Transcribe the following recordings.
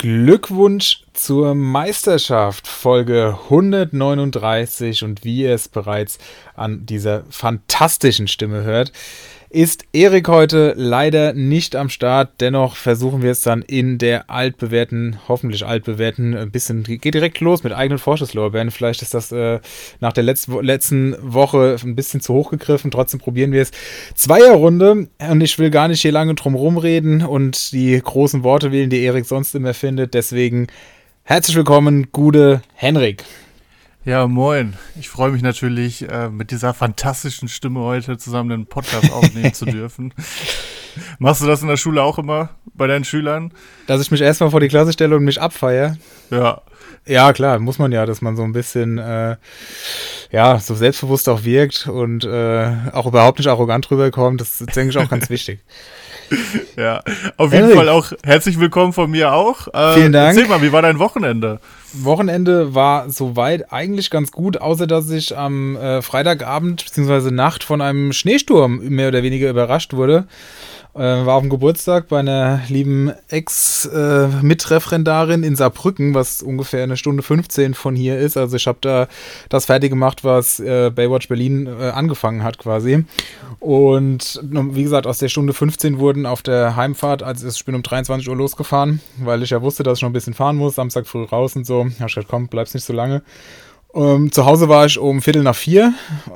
Glückwunsch zur Meisterschaft, Folge 139, und wie ihr es bereits an dieser fantastischen Stimme hört, ist Erik heute leider nicht am Start. Dennoch versuchen wir es dann in der hoffentlich altbewährten, geht direkt los mit eigenen Vorschusslorbeeren. Vielleicht ist das nach der letzten Woche ein bisschen zu hoch gegriffen. Trotzdem probieren wir es. Zweierrunde, und ich will gar nicht hier lange drum rumreden und die großen Worte wählen, die Erik sonst immer findet. Deswegen herzlich willkommen, Gude Henrik. Ja, moin. Ich freue mich natürlich, mit dieser fantastischen Stimme heute zusammen einen Podcast aufnehmen zu dürfen. Machst du das in der Schule auch immer bei deinen Schülern? Dass ich mich erstmal vor die Klasse stelle und mich abfeiere? Ja. Ja, klar, muss man ja, dass man so ein bisschen, so selbstbewusst auch wirkt und auch überhaupt nicht arrogant rüberkommt. Das ist, denke ich, auch ganz wichtig. Ja, auf jeden Fall auch herzlich willkommen von mir auch. Vielen Dank. Erzähl mal, wie war dein Wochenende? Wochenende war soweit eigentlich ganz gut, außer dass ich am Freitagabend bzw. Nacht von einem Schneesturm mehr oder weniger überrascht wurde. War auf dem Geburtstag bei einer lieben Ex-Mitreferendarin in Saarbrücken, was ungefähr 1:15 von hier ist. Also ich habe da das fertig gemacht, was Baywatch Berlin angefangen hat quasi. Und wie gesagt, aus der 1:15 wurden auf der Heimfahrt, ich bin um 23 Uhr losgefahren, weil ich ja wusste, dass ich noch ein bisschen fahren muss, Samstag früh raus und so. Ich gesagt, komm, bleibst nicht so lange. Zu Hause war ich um 3:45,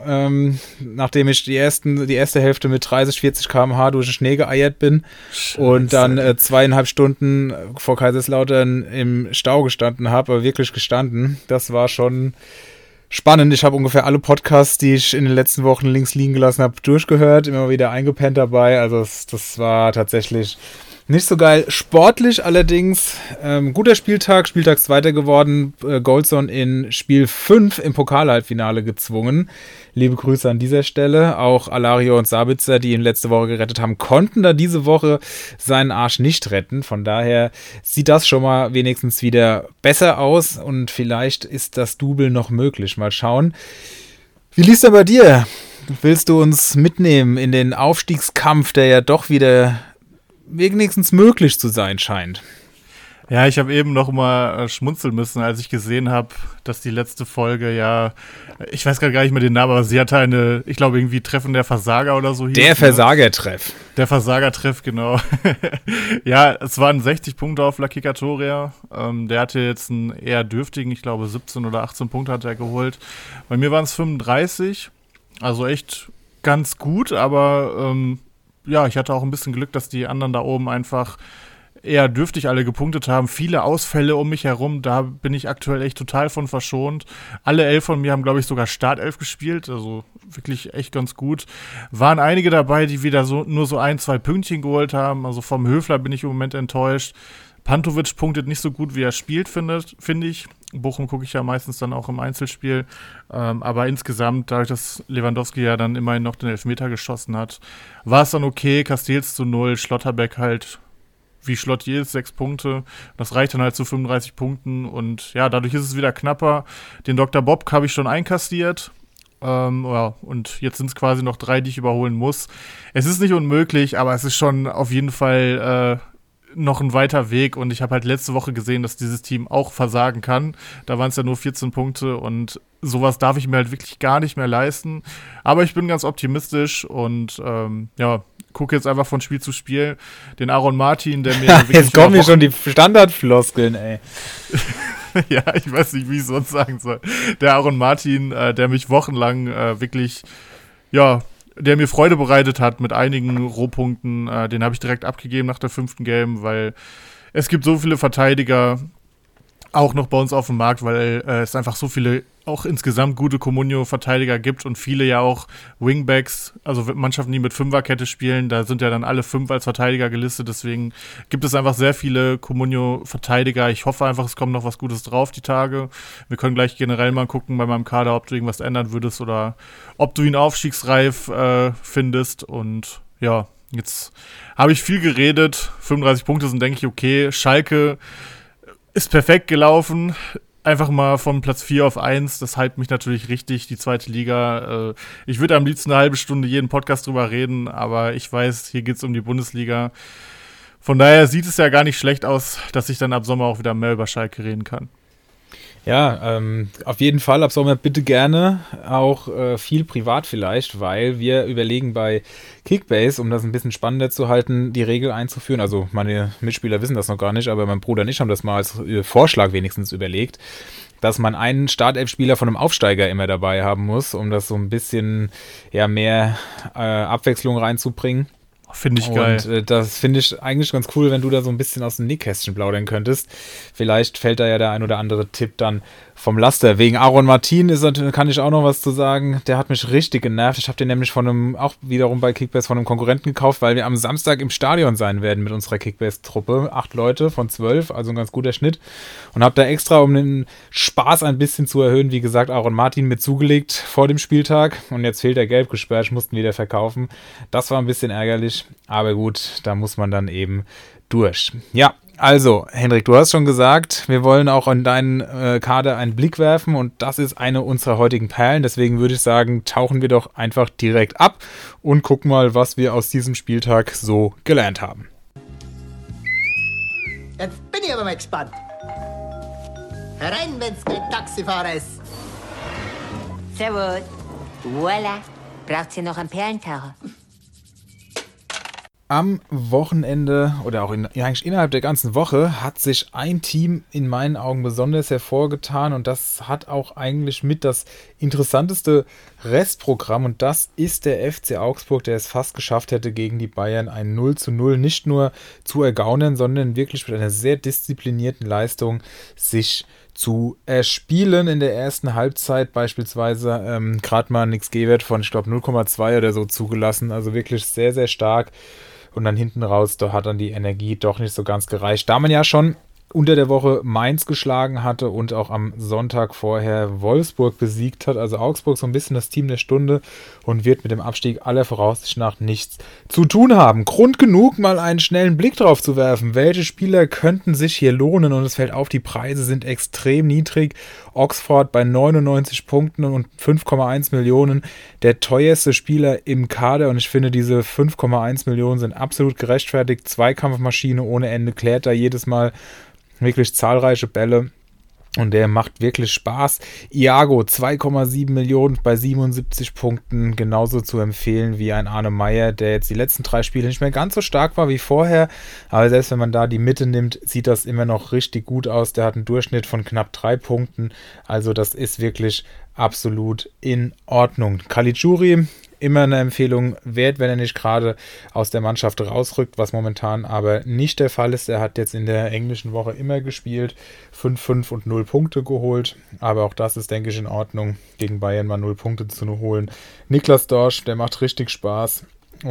nachdem ich die erste Hälfte mit 30, 40 km/h durch den Schnee geeiert bin. Scheiße. Und dann 2,5 Stunden vor Kaiserslautern im Stau gestanden habe, aber wirklich gestanden. Das war schon spannend. Ich habe ungefähr alle Podcasts, die ich in den letzten Wochen links liegen gelassen habe, durchgehört, immer wieder eingepennt dabei. Also das war tatsächlich nicht so geil. Sportlich allerdings, guter Spieltag, Spieltagszweiter geworden, Goldson in Spiel 5 im Pokal-Halbfinale gezwungen. Liebe Grüße an dieser Stelle. Auch Alario und Sabitzer, die ihn letzte Woche gerettet haben, konnten da diese Woche seinen Arsch nicht retten. Von daher sieht das schon mal wenigstens wieder besser aus und vielleicht ist das Double noch möglich. Mal schauen. Wie lief's denn bei dir? Willst du uns mitnehmen in den Aufstiegskampf, der ja doch wieder wenigstens möglich zu sein scheint? Ja, ich habe eben noch mal schmunzeln müssen, als ich gesehen habe, dass die letzte Folge ich weiß gar nicht mehr den Namen, aber sie hatte ich glaube irgendwie Treffen der Versager oder so. Der Versagertreff. Der Versagertreff, genau. Ja, es waren 60 Punkte auf La Kikatoria. Der hatte jetzt einen eher dürftigen, ich glaube 17 oder 18 Punkte hat er geholt. Bei mir waren es 35, also echt ganz gut, aber ich hatte auch ein bisschen Glück, dass die anderen da oben einfach eher dürftig alle gepunktet haben. Viele Ausfälle um mich herum, da bin ich aktuell echt total von verschont. Alle 11 von mir haben, glaube ich, sogar Startelf gespielt, also wirklich echt ganz gut. Waren einige dabei, die wieder nur so 1-2 Pünktchen geholt haben. Also vom Höfler bin ich im Moment enttäuscht. Pantovic punktet nicht so gut, wie er spielt, finde ich. Bochum gucke ich ja meistens dann auch im Einzelspiel. Aber insgesamt, dadurch, dass Lewandowski ja dann immerhin noch den Elfmeter geschossen hat, war es dann okay. Castells zu 0, Schlotterbeck halt wie Schlottier ist, 6 Punkte. Das reicht dann halt zu 35 Punkten. Und ja, dadurch ist es wieder knapper. Den Dr. Bob habe ich schon einkassiert. Und jetzt sind es quasi noch 3, die ich überholen muss. Es ist nicht unmöglich, aber es ist schon auf jeden Fall noch ein weiter Weg, und ich habe halt letzte Woche gesehen, dass dieses Team auch versagen kann. Da waren es ja nur 14 Punkte und sowas darf ich mir halt wirklich gar nicht mehr leisten. Aber ich bin ganz optimistisch und gucke jetzt einfach von Spiel zu Spiel. Den Aaron Martin, der mir jetzt kommen hier schon die Standardfloskeln, ey. Ja, ich weiß nicht, wie ich sonst sagen soll. Der Aaron Martin, der mich wochenlang wirklich, der mir Freude bereitet hat mit einigen Rohpunkten, den habe ich direkt abgegeben nach der 5. Game, weil es gibt so viele Verteidiger, auch noch bei uns auf dem Markt, weil es einfach so viele auch insgesamt gute Comunio-Verteidiger gibt und viele ja auch Wingbacks, also Mannschaften, die mit Fünferkette spielen, da sind ja dann alle 5 als Verteidiger gelistet, deswegen gibt es einfach sehr viele Comunio-Verteidiger. Ich hoffe einfach, es kommt noch was Gutes drauf die Tage. Wir können gleich generell mal gucken bei meinem Kader, ob du irgendwas ändern würdest oder ob du ihn aufstiegsreif findest. Und ja, jetzt habe ich viel geredet, 35 Punkte sind, denke ich, okay. Schalke ist perfekt gelaufen. Einfach mal von Platz 4 auf 1, das hypt mich natürlich richtig, die zweite Liga. Ich würde am liebsten eine halbe Stunde jeden Podcast drüber reden, aber ich weiß, hier geht es um die Bundesliga. Von daher sieht es ja gar nicht schlecht aus, dass ich dann ab Sommer auch wieder mehr über Schalke reden kann. Ja, auf jeden Fall ab Sommer bitte gerne, auch viel privat vielleicht, weil wir überlegen bei Kickbase, um das ein bisschen spannender zu halten, die Regel einzuführen. Also meine Mitspieler wissen das noch gar nicht, aber mein Bruder und ich haben das mal als Vorschlag wenigstens überlegt, dass man einen Startelf-Spieler von einem Aufsteiger immer dabei haben muss, um das so ein bisschen mehr Abwechslung reinzubringen. Finde ich geil. Und das finde ich eigentlich ganz cool, wenn du da so ein bisschen aus dem Nähkästchen plaudern könntest. Vielleicht fällt da ja der ein oder andere Tipp dann vom Laster. Wegen Aaron Martin kann ich auch noch was zu sagen. Der hat mich richtig genervt. Ich habe den nämlich auch wiederum bei Kickbase von einem Konkurrenten gekauft, weil wir am Samstag im Stadion sein werden mit unserer Kickbase-Truppe. 8 Leute von 12, also ein ganz guter Schnitt. Und habe da extra, um den Spaß ein bisschen zu erhöhen, wie gesagt, Aaron Martin mit zugelegt vor dem Spieltag. Und jetzt fehlt er gelb gesperrt, mussten wieder verkaufen. Das war ein bisschen ärgerlich. Aber gut, da muss man dann eben durch. Ja, also, Hendrik, du hast schon gesagt, wir wollen auch in deinen Kader einen Blick werfen und das ist eine unserer heutigen Perlen. Deswegen würde ich sagen, tauchen wir doch einfach direkt ab und gucken mal, was wir aus diesem Spieltag so gelernt haben. Jetzt bin ich aber mal gespannt. Herein, wenn's kein Taxifahrer ist. Servus. Voila. Braucht ihr noch einen Perlentaucher? Am Wochenende oder auch eigentlich innerhalb der ganzen Woche hat sich ein Team in meinen Augen besonders hervorgetan und das hat auch eigentlich mit das interessanteste Restprogramm und das ist der FC Augsburg, der es fast geschafft hätte, gegen die Bayern ein 0:0 nicht nur zu ergaunern, sondern wirklich mit einer sehr disziplinierten Leistung sich zu erspielen in der ersten Halbzeit, beispielsweise gerade mal ein XG-Wert von, ich glaube, 0,2 oder so zugelassen, also wirklich sehr, sehr stark. Und dann hinten raus, da hat dann die Energie doch nicht so ganz gereicht. Da man ja schon unter der Woche Mainz geschlagen hatte und auch am Sonntag vorher Wolfsburg besiegt hat. Also Augsburg so ein bisschen das Team der Stunde und wird mit dem Abstieg aller Voraussicht nach nichts zu tun haben. Grund genug, mal einen schnellen Blick drauf zu werfen. Welche Spieler könnten sich hier lohnen? Und es fällt auf, die Preise sind extrem niedrig. Oxford bei 99 Punkten und 5,1 Millionen. Der teuerste Spieler im Kader und ich finde, diese 5,1 Millionen sind absolut gerechtfertigt. Zweikampfmaschine ohne Ende, klärt da jedes Mal wirklich zahlreiche Bälle und der macht wirklich Spaß. Iago 2,7 Millionen bei 77 Punkten, genauso zu empfehlen wie ein Arne Meyer, der jetzt die letzten 3 Spiele nicht mehr ganz so stark war wie vorher, aber selbst wenn man da die Mitte nimmt, sieht das immer noch richtig gut aus. Der hat einen Durchschnitt von knapp 3 Punkten, also das ist wirklich absolut in Ordnung. Caligiuri, immer eine Empfehlung wert, wenn er nicht gerade aus der Mannschaft rausrückt, was momentan aber nicht der Fall ist. Er hat jetzt in der englischen Woche immer gespielt, 5 und 0 Punkte geholt, aber auch das ist, denke ich, in Ordnung, gegen Bayern mal 0 Punkte zu holen. Niklas Dorsch, der macht richtig Spaß.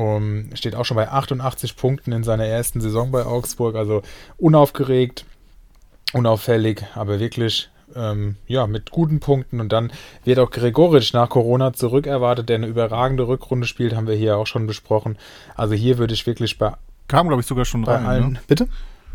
Steht auch schon bei 88 Punkten in seiner ersten Saison bei Augsburg, also unaufgeregt, unauffällig, aber wirklich mit guten Punkten und dann wird auch Gregoritsch nach Corona zurückerwartet, der eine überragende Rückrunde spielt, haben wir hier auch schon besprochen. Also hier würde ich wirklich kam, glaube ich, sogar schon rein. Allen, ne? Bitte?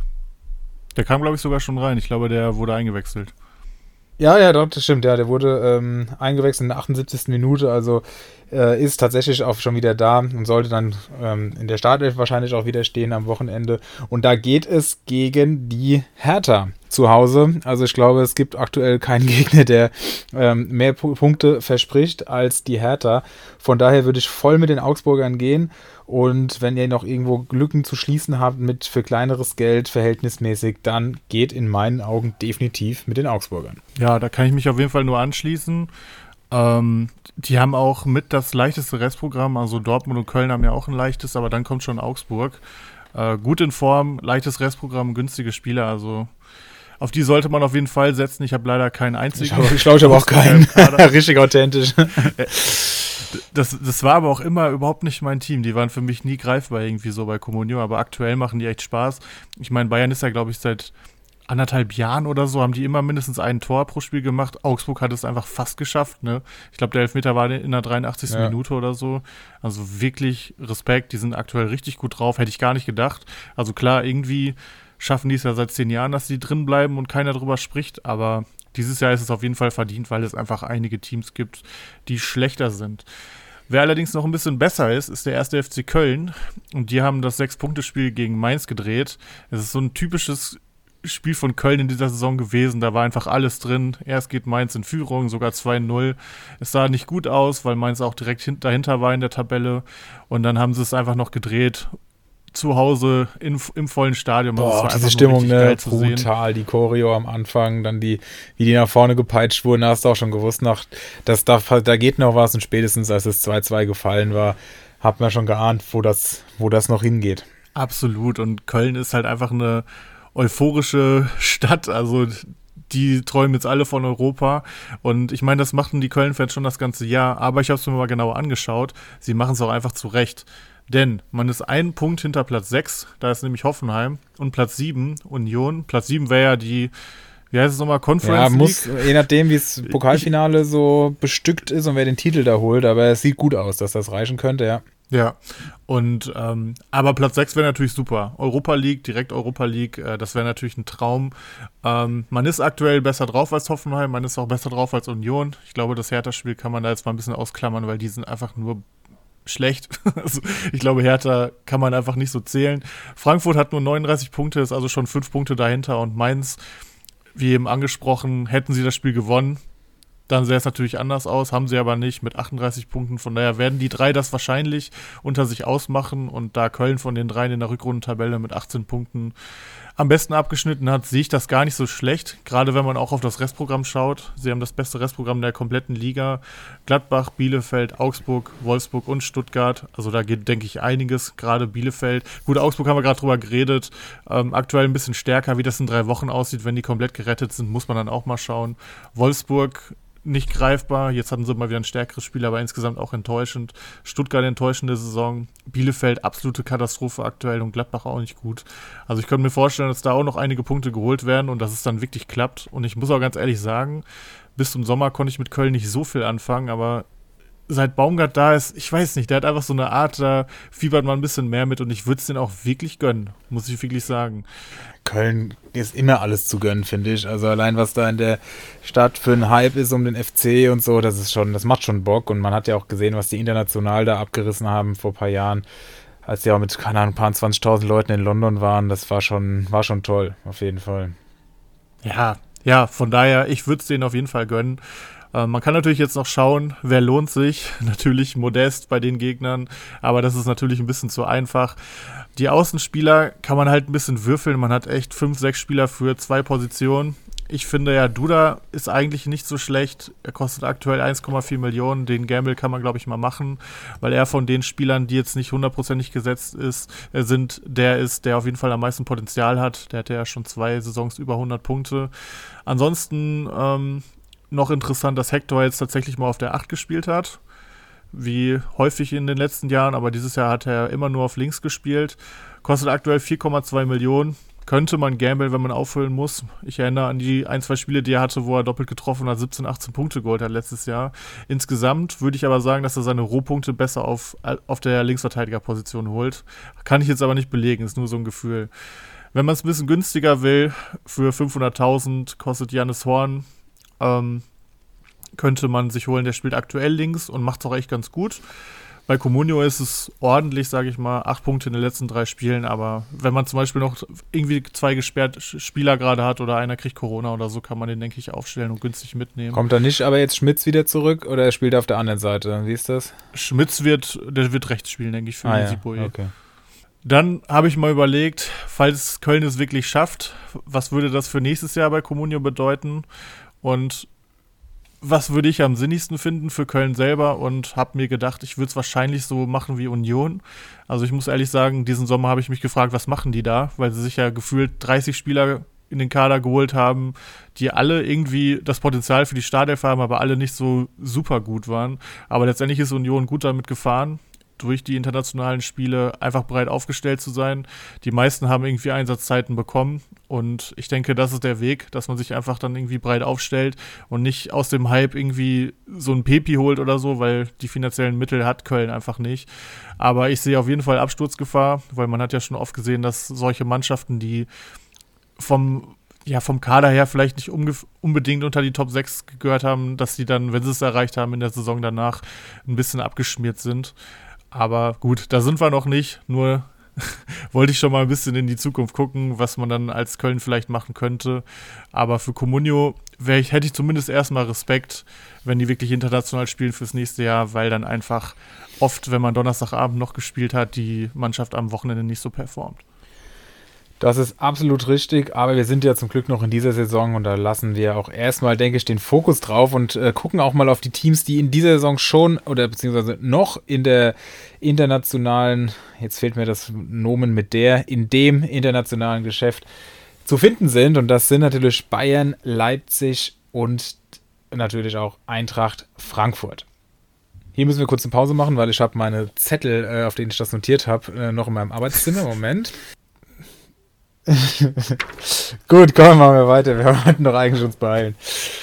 Der kam, glaube ich, sogar schon rein. Ich glaube, der wurde eingewechselt. Ja, doch, das stimmt. Ja, der wurde eingewechselt in der 78. Minute, also ist tatsächlich auch schon wieder da und sollte dann in der Startelf wahrscheinlich auch wieder stehen am Wochenende. Und da geht es gegen die Hertha zu Hause. Also ich glaube, es gibt aktuell keinen Gegner, der mehr Punkte verspricht als die Hertha. Von daher würde ich voll mit den Augsburgern gehen. Und wenn ihr noch irgendwo Lücken zu schließen habt mit für kleineres Geld verhältnismäßig, dann geht in meinen Augen definitiv mit den Augsburgern. Ja, da kann ich mich auf jeden Fall nur anschließen. Die haben auch mit das leichteste Restprogramm, also Dortmund und Köln haben ja auch ein leichtes, aber dann kommt schon Augsburg. Gut in Form, leichtes Restprogramm, günstige Spieler, also auf die sollte man auf jeden Fall setzen. Ich habe leider keinen einzigen. Ich glaube, ich habe auch keinen. Richtig authentisch. Das war aber auch immer überhaupt nicht mein Team. Die waren für mich nie greifbar irgendwie so bei Comunio, aber aktuell machen die echt Spaß. Ich meine, Bayern ist ja, glaube ich, seit 1,5 Jahren oder so, haben die immer mindestens ein Tor pro Spiel gemacht. Augsburg hat es einfach fast geschafft, ne? Ich glaube, der Elfmeter war in der 83. Minute oder so. Also wirklich Respekt, die sind aktuell richtig gut drauf, hätte ich gar nicht gedacht. Also klar, irgendwie schaffen die es ja seit 10 Jahren, dass die drin bleiben und keiner drüber spricht, aber dieses Jahr ist es auf jeden Fall verdient, weil es einfach einige Teams gibt, die schlechter sind. Wer allerdings noch ein bisschen besser ist der erste FC Köln. Und die haben das 6-Punkte-Spiel gegen Mainz gedreht. Es ist so ein typisches Spiel von Köln in dieser Saison gewesen. Da war einfach alles drin. Erst geht Mainz in Führung, sogar 2-0. Es sah nicht gut aus, weil Mainz auch direkt dahinter war in der Tabelle. Und dann haben sie es einfach noch gedreht. Zu Hause im vollen Stadion. Boah, diese Stimmung, ne, brutal. Die Choreo am Anfang, dann wie die nach vorne gepeitscht wurden, da hast du auch schon gewusst, da geht noch was. Und spätestens, als es 2-2 gefallen war, hat man schon geahnt, wo das noch hingeht. Absolut. Und Köln ist halt einfach eine euphorische Stadt, also die träumen jetzt alle von Europa und ich meine, das machten die Köln-Fans schon das ganze Jahr, aber ich habe es mir mal genauer angeschaut, sie machen es auch einfach zu Recht, denn man ist einen Punkt hinter Platz 6, da ist nämlich Hoffenheim und Platz 7 Union, Platz 7 wäre ja die, wie heißt es nochmal, Conference League? Muss, je nachdem, wie das Pokalfinale so bestückt ist und wer den Titel da holt, aber es sieht gut aus, dass das reichen könnte, ja. Ja, und aber Platz 6 wäre natürlich super. Europa League, direkt Europa League, das wäre natürlich ein Traum. Man ist aktuell besser drauf als Hoffenheim, man ist auch besser drauf als Union. Ich glaube, das Hertha-Spiel kann man da jetzt mal ein bisschen ausklammern, weil die sind einfach nur schlecht. Also ich glaube, Hertha kann man einfach nicht so zählen. Frankfurt hat nur 39 Punkte, ist also schon 5 Punkte dahinter und Mainz, wie eben angesprochen, hätten sie das Spiel gewonnen, dann sähe es natürlich anders aus, haben sie aber nicht mit 38 Punkten. Von daher werden die drei das wahrscheinlich unter sich ausmachen. Und da Köln von den dreien in der Rückrundentabelle mit 18 Punkten am besten abgeschnitten hat, sehe ich das gar nicht so schlecht. Gerade wenn man auch auf das Restprogramm schaut. Sie haben das beste Restprogramm der kompletten Liga. Gladbach, Bielefeld, Augsburg, Wolfsburg und Stuttgart. Also da geht, denke ich, einiges. Gerade Bielefeld. Gut, Augsburg haben wir gerade drüber geredet. Aktuell ein bisschen stärker. Wie das in 3 Wochen aussieht, wenn die komplett gerettet sind, muss man dann auch mal schauen. Wolfsburg nicht greifbar. Jetzt hatten sie mal wieder ein stärkeres Spiel, aber insgesamt auch enttäuschend. Stuttgart enttäuschende Saison. Bielefeld absolute Katastrophe aktuell und Gladbach auch nicht gut. Also ich könnte mir vorstellen, dass da auch noch einige Punkte geholt werden und dass es dann wirklich klappt. Und ich muss auch ganz ehrlich sagen, bis zum Sommer konnte ich mit Köln nicht so viel anfangen, aber seit Baumgart da ist, ich weiß nicht, der hat einfach so eine Art, da fiebert man ein bisschen mehr mit und ich würde es den auch wirklich gönnen, muss ich wirklich sagen. Köln ist immer alles zu gönnen, finde ich. Also allein, was da in der Stadt für ein Hype ist um den FC und so, das macht schon Bock. Und man hat ja auch gesehen, was die international da abgerissen haben vor ein paar Jahren, als die auch mit, keine Ahnung, ein paar 20.000 Leuten in London waren. Das war schon toll, auf jeden Fall. Ja, von daher, ich würde es denen auf jeden Fall gönnen. Man kann natürlich jetzt noch schauen, wer lohnt sich. Natürlich Modest bei den Gegnern, aber das ist natürlich ein bisschen zu einfach. Die Außenspieler kann man halt ein bisschen würfeln. Man hat echt 5, 6 Spieler für 2 Positionen. Ich finde ja, Duda ist eigentlich nicht so schlecht. Er kostet aktuell 1,4 Millionen. Den Gamble kann man, glaube ich, mal machen, weil er von den Spielern, die jetzt nicht 100% gesetzt sind, der auf jeden Fall am meisten Potenzial hat. Der hatte ja schon 2 Saisons über 100 Punkte. Ansonsten noch interessant, dass Hector jetzt tatsächlich mal auf der 8 gespielt hat, wie häufig in den letzten Jahren, aber dieses Jahr hat er immer nur auf links gespielt. Kostet aktuell 4,2 Millionen. Könnte man gamblen, wenn man auffüllen muss. Ich erinnere an die 1, 2 Spiele, die er hatte, wo er doppelt getroffen hat, 17, 18 Punkte geholt hat letztes Jahr. Insgesamt würde ich aber sagen, dass er seine Rohpunkte besser auf der Linksverteidigerposition holt. Kann ich jetzt aber nicht belegen, ist nur so ein Gefühl. Wenn man es ein bisschen günstiger will, für 500.000 kostet Jannis Horn, könnte man sich holen, der spielt aktuell links und macht es auch echt ganz gut. Bei Comunio ist es ordentlich, sage ich mal, 8 Punkte in den letzten 3 Spielen, aber wenn man zum Beispiel noch irgendwie 2 gesperrte Spieler gerade hat oder einer kriegt Corona oder so, kann man den, denke ich, aufstellen und günstig mitnehmen. Kommt da nicht aber jetzt Schmitz wieder zurück oder er spielt auf der anderen Seite? Wie ist das? Schmitz wird rechts spielen, denke ich, für Sipoe. Ja, okay. Dann habe ich mal überlegt, falls Köln es wirklich schafft, was würde das für nächstes Jahr bei Comunio bedeuten? Und was würde ich am sinnigsten finden für Köln selber und habe mir gedacht, ich würde es wahrscheinlich so machen wie Union. Also ich muss ehrlich sagen, diesen Sommer habe ich mich gefragt, was machen die da? Weil sie sich ja gefühlt 30 Spieler in den Kader geholt haben, die alle irgendwie das Potenzial für die Startelf haben, aber alle nicht so super gut waren. Aber letztendlich ist Union gut damit gefahren, durch die internationalen Spiele einfach breit aufgestellt zu sein. Die meisten haben irgendwie Einsatzzeiten bekommen und ich denke, das ist der Weg, dass man sich einfach dann irgendwie breit aufstellt und nicht aus dem Hype irgendwie so ein Pepi holt oder so, weil die finanziellen Mittel hat Köln einfach nicht. Aber ich sehe auf jeden Fall Absturzgefahr, weil man hat ja schon oft gesehen, dass solche Mannschaften, die vom ja vom Kader her vielleicht nicht unbedingt unter die Top 6 gehört haben, dass sie dann, wenn sie es erreicht haben, in der Saison danach ein bisschen abgeschmiert sind. Aber gut, da sind wir noch nicht, nur wollte ich schon mal ein bisschen in die Zukunft gucken, was man dann als Köln vielleicht machen könnte. Aber für Comunio hätte ich zumindest erstmal Respekt, wenn die wirklich international spielen fürs nächste Jahr, weil dann einfach oft, wenn man Donnerstagabend noch gespielt hat, die Mannschaft am Wochenende nicht so performt. Das ist absolut richtig, aber wir sind ja zum Glück noch in dieser Saison und da lassen wir auch erstmal, denke ich, den Fokus drauf und gucken auch mal auf die Teams, die in dieser Saison schon oder beziehungsweise noch in der internationalen, jetzt fehlt mir das Nomen in dem internationalen Geschäft zu finden sind und das sind natürlich Bayern, Leipzig und natürlich auch Eintracht Frankfurt. Hier müssen wir kurz eine Pause machen, weil ich habe meine Zettel, auf denen ich das notiert habe, noch in meinem Arbeitszimmer. Moment. Gut, komm, machen wir weiter. Wir wollten doch eigentlich uns beeilen.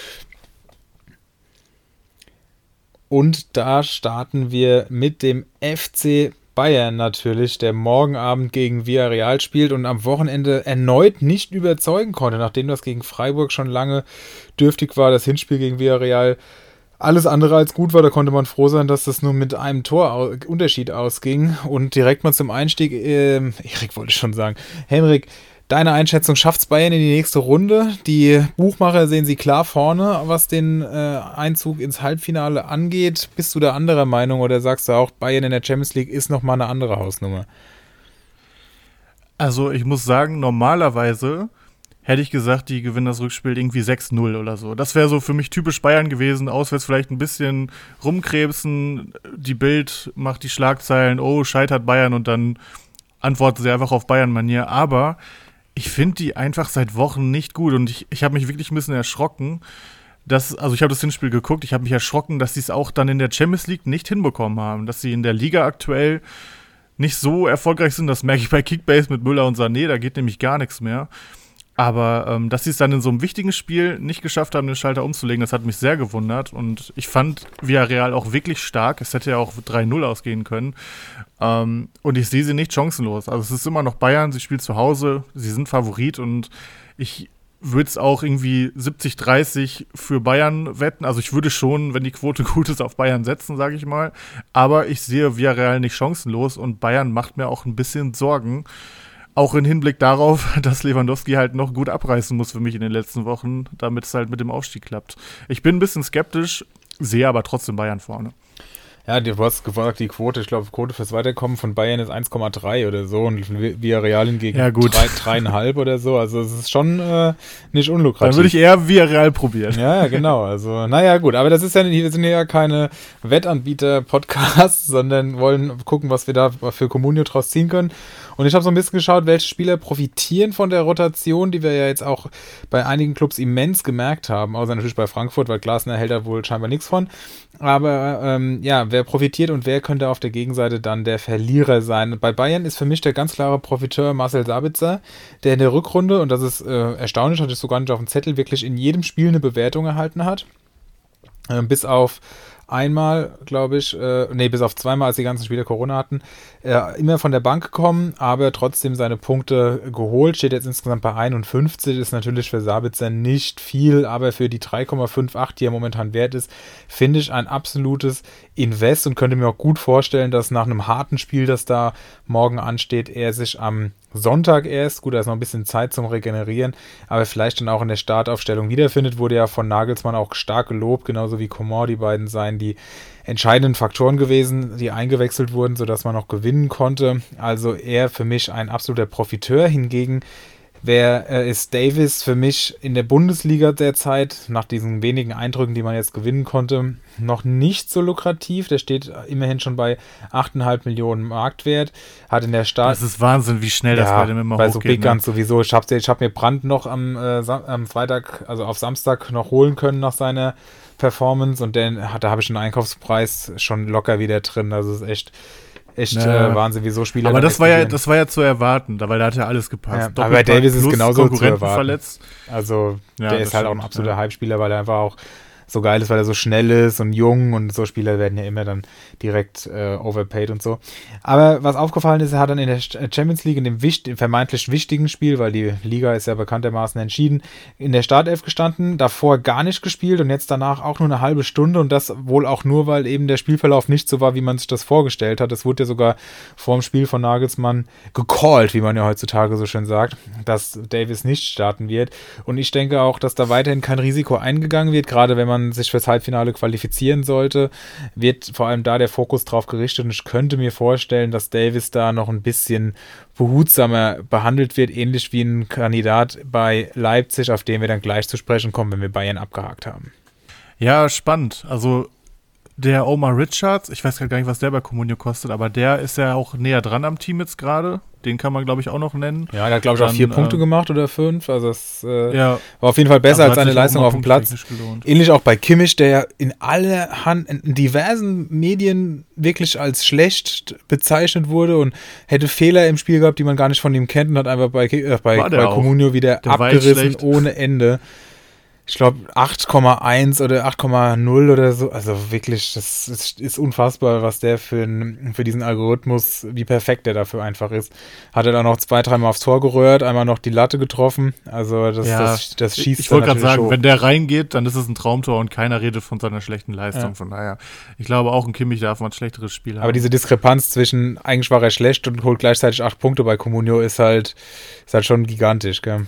Und da starten wir mit dem FC Bayern natürlich, der morgen Abend gegen Villarreal spielt und am Wochenende erneut nicht überzeugen konnte, nachdem das gegen Freiburg schon lange dürftig war. Das Hinspiel gegen Villarreal alles andere als gut war, da konnte man froh sein, dass das nur mit einem Tor Unterschied ausging. Und direkt mal zum Einstieg, Erik wollte ich schon sagen, Henrik, deine Einschätzung, schafft's Bayern in die nächste Runde? Die Buchmacher sehen sie klar vorne, was den Einzug ins Halbfinale angeht. Bist du da anderer Meinung oder sagst du auch, Bayern in der Champions League ist nochmal eine andere Hausnummer? Also ich muss sagen, normalerweise hätte ich gesagt, die gewinnen das Rückspiel irgendwie 6-0 oder so. Das wäre so für mich typisch Bayern gewesen. Auswärts vielleicht ein bisschen rumkrebsen. Die Bild macht die Schlagzeilen, oh, scheitert Bayern und dann antworten sie einfach auf Bayern-Manier. Aber ich finde die einfach seit Wochen nicht gut und ich habe mich wirklich ein bisschen erschrocken. Also ich habe das Hinspiel geguckt, ich habe mich erschrocken, dass sie es auch dann in der Champions League nicht hinbekommen haben. Dass sie in der Liga aktuell nicht so erfolgreich sind, das merke ich bei Kickbase mit Müller und Sané, da geht nämlich gar nichts mehr. Aber dass sie es dann in so einem wichtigen Spiel nicht geschafft haben, den Schalter umzulegen, das hat mich sehr gewundert. Und ich fand Villarreal auch wirklich stark. Es hätte ja auch 3-0 ausgehen können. Und ich sehe sie nicht chancenlos. Also es ist immer noch Bayern, sie spielt zu Hause, sie sind Favorit. Und ich würde es auch irgendwie 70-30 für Bayern wetten. Also ich würde schon, wenn die Quote gut ist, auf Bayern setzen, sage ich mal. Aber ich sehe Villarreal nicht chancenlos. Und Bayern macht mir auch ein bisschen Sorgen. Auch im Hinblick darauf, dass Lewandowski halt noch gut abreißen muss für mich in den letzten Wochen, damit es halt mit dem Aufstieg klappt. Ich bin ein bisschen skeptisch, sehe aber trotzdem Bayern vorne. Ja, du hast gefragt, die Quote, ich glaube, die Quote fürs Weiterkommen von Bayern ist 1,3 oder so und Villarreal hingegen 3,5 oder so. Also es ist schon nicht unlukrativ. Dann würde ich eher Villarreal probieren. Ja, genau. Also, naja, gut. Aber das ist ja, wir sind ja keine Wettanbieter-Podcasts, sondern wollen gucken, was wir da für Comunio draus ziehen können. Und ich habe so ein bisschen geschaut, welche Spieler profitieren von der Rotation, die wir ja jetzt auch bei einigen Clubs immens gemerkt haben. Außer natürlich bei Frankfurt, weil Glasner hält da wohl scheinbar nichts von. Aber ja, wer profitiert und wer könnte auf der Gegenseite dann der Verlierer sein? Bei Bayern ist für mich der ganz klare Profiteur Marcel Sabitzer, der in der Rückrunde, und das ist erstaunlich, hatte ich so gar nicht auf dem Zettel, wirklich in jedem Spiel eine Bewertung erhalten hat. Bis auf einmal, glaube ich, bis auf zweimal, als die ganzen Spieler Corona hatten, immer von der Bank gekommen, aber trotzdem seine Punkte geholt, steht jetzt insgesamt bei 51, ist natürlich für Sabitzer nicht viel, aber für die 3,58, die er momentan wert ist, finde ich ein absolutes Invest und könnte mir auch gut vorstellen, dass nach einem harten Spiel, das da morgen ansteht, er sich am Sonntag erst, gut, da ist noch ein bisschen Zeit zum Regenerieren, aber vielleicht dann auch in der Startaufstellung wiederfindet, wurde ja von Nagelsmann auch stark gelobt, genauso wie Coman, die beiden seien die entscheidenden Faktoren gewesen, die eingewechselt wurden, sodass man noch gewinnen konnte. Also er für mich ein absoluter Profiteur. Hingegen ist Davis für mich in der Bundesliga derzeit, nach diesen wenigen Eindrücken, die man jetzt gewinnen konnte, noch nicht so lukrativ. Der steht immerhin schon bei 8,5 Millionen Marktwert. Hat in der Das ist Wahnsinn, wie schnell das bei dem immer hochgeht. Bei so Big Guns sowieso. Ich hab mir Brandt noch am Freitag, also auf Samstag noch holen können nach seiner Performance und da habe ich einen Einkaufspreis schon locker wieder drin. Also es ist echt Wahnsinn, wie so Spieler. Aber das war ja zu erwarten, weil da hat ja alles gepasst. Ja, aber bei Davis ist genauso zu erwarten. Verletzt. Also der ist halt auch ein absoluter Hype-Spieler, weil er einfach auch so geil ist, weil er so schnell ist und jung und so Spieler werden ja immer dann direkt overpaid und so. Aber was aufgefallen ist, er hat dann in der Champions League in dem vermeintlich wichtigen Spiel, weil die Liga ist ja bekanntermaßen entschieden, in der Startelf gestanden, davor gar nicht gespielt und jetzt danach auch nur eine halbe Stunde und das wohl auch nur, weil eben der Spielverlauf nicht so war, wie man sich das vorgestellt hat. Es wurde ja sogar vor dem Spiel von Nagelsmann gecallt, wie man ja heutzutage so schön sagt, dass Davies nicht starten wird. Und ich denke auch, dass da weiterhin kein Risiko eingegangen wird, gerade wenn man sich fürs Halbfinale qualifizieren sollte, wird vor allem da der Fokus drauf gerichtet und ich könnte mir vorstellen, dass Davies da noch ein bisschen behutsamer behandelt wird, ähnlich wie ein Kandidat bei Leipzig, auf den wir dann gleich zu sprechen kommen, wenn wir Bayern abgehakt haben. Ja, spannend. Also der Omar Richards, ich weiß gar nicht, was der bei Comunio kostet, aber der ist ja auch näher dran am Team jetzt gerade. Den kann man, glaube ich, auch noch nennen. Ja, der hat, glaube ich, auch 4 Punkte gemacht oder 5. Also es ja, war auf jeden Fall besser also als seine Leistung auf dem Platz. Ähnlich auch bei Kimmich, der in diversen Medien wirklich als schlecht bezeichnet wurde und hätte Fehler im Spiel gehabt, die man gar nicht von ihm kennt und hat einfach bei Comunio wieder abgerissen ohne Ende. Ich glaube 8,1 oder 8,0 oder so. Also wirklich, das ist unfassbar, was der für diesen Algorithmus, wie perfekt der dafür einfach ist. Hat er dann noch 2-3 Mal aufs Tor gerührt, einmal noch die Latte getroffen. Also das schießt. Ich wollte gerade sagen, hoch. Wenn der reingeht, dann ist es ein Traumtor und keiner redet von seiner schlechten Leistung. Ja. Von daher, ich glaube auch ein Kimmich darf mal ein schlechteres Spiel haben. Aber diese Diskrepanz zwischen, eigentlich war er schlecht und holt gleichzeitig 8 Punkte bei Comunio ist halt schon gigantisch, gell?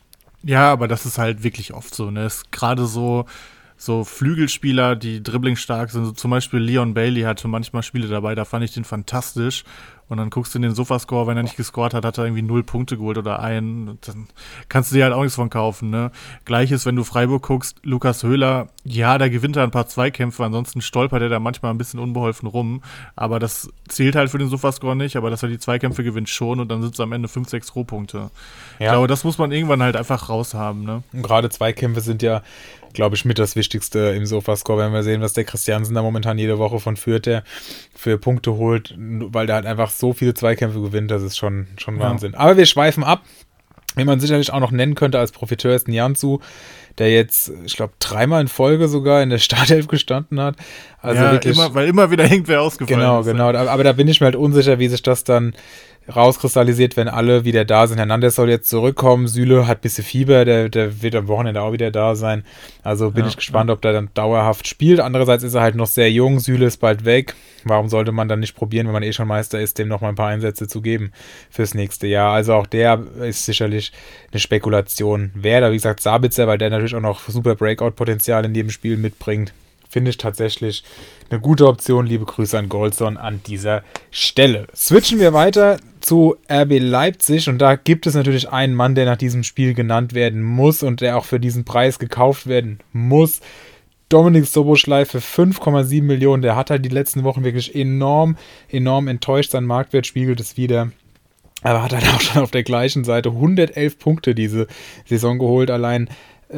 Ja, aber das ist halt wirklich oft so, ne? Ist gerade so Flügelspieler, die dribblingstark sind, so zum Beispiel Leon Bailey hatte manchmal Spiele dabei, da fand ich den fantastisch. Und dann guckst du in den Sofascore, wenn er nicht gescored hat, hat er irgendwie 0 Punkte geholt oder einen. Und dann kannst du dir halt auch nichts von kaufen, ne? Gleiches, wenn du Freiburg guckst, Lukas Höhler, ja, da gewinnt er ein paar Zweikämpfe, ansonsten stolpert er da manchmal ein bisschen unbeholfen rum. Aber das zählt halt für den Sofascore nicht, aber dass er die Zweikämpfe gewinnt schon und dann sind es am Ende 5, 6 Rohpunkte. Ja. Ich glaube, das muss man irgendwann halt einfach raushaben, ne? Und gerade Zweikämpfe sind ja, glaube ich, mit das Wichtigste im Sofascore, wenn wir sehen, was der Christiansen da momentan jede Woche von Fürth, der für Punkte holt, weil der halt einfach so viele Zweikämpfe gewinnt, das ist schon Wahnsinn. Aber wir schweifen ab. Wie man sicherlich auch noch nennen könnte als Profiteur ist Nianzou, der jetzt, ich glaube, 3-mal in Folge sogar in der Startelf gestanden hat. Also ja, wirklich, weil immer wieder irgendwer ausgefallen ist. Genau. Aber da bin ich mir halt unsicher, wie sich das dann rauskristallisiert, wenn alle wieder da sind. Hernandez soll jetzt zurückkommen, Süle hat ein bisschen Fieber, der wird am Wochenende auch wieder da sein. Also bin ich gespannt, ob der dann dauerhaft spielt. Andererseits ist er halt noch sehr jung, Süle ist bald weg. Warum sollte man dann nicht probieren, wenn man eh schon Meister ist, dem noch mal ein paar Einsätze zu geben fürs nächste Jahr? Also auch der ist sicherlich eine Spekulation wert. Aber wie gesagt, Sabitzer, weil der natürlich auch noch super Breakout-Potenzial in jedem Spiel mitbringt, finde ich tatsächlich eine gute Option. Liebe Grüße an Goldson an dieser Stelle. Switchen wir weiter zu RB Leipzig und da gibt es natürlich einen Mann, der nach diesem Spiel genannt werden muss und der auch für diesen Preis gekauft werden muss. Dominik Szoboszlai für 5,7 Millionen. Der hat halt die letzten Wochen wirklich enorm enttäuscht. Sein Marktwert spiegelt es wieder. Aber hat halt auch schon auf der gleichen Seite 111 Punkte diese Saison geholt. Allein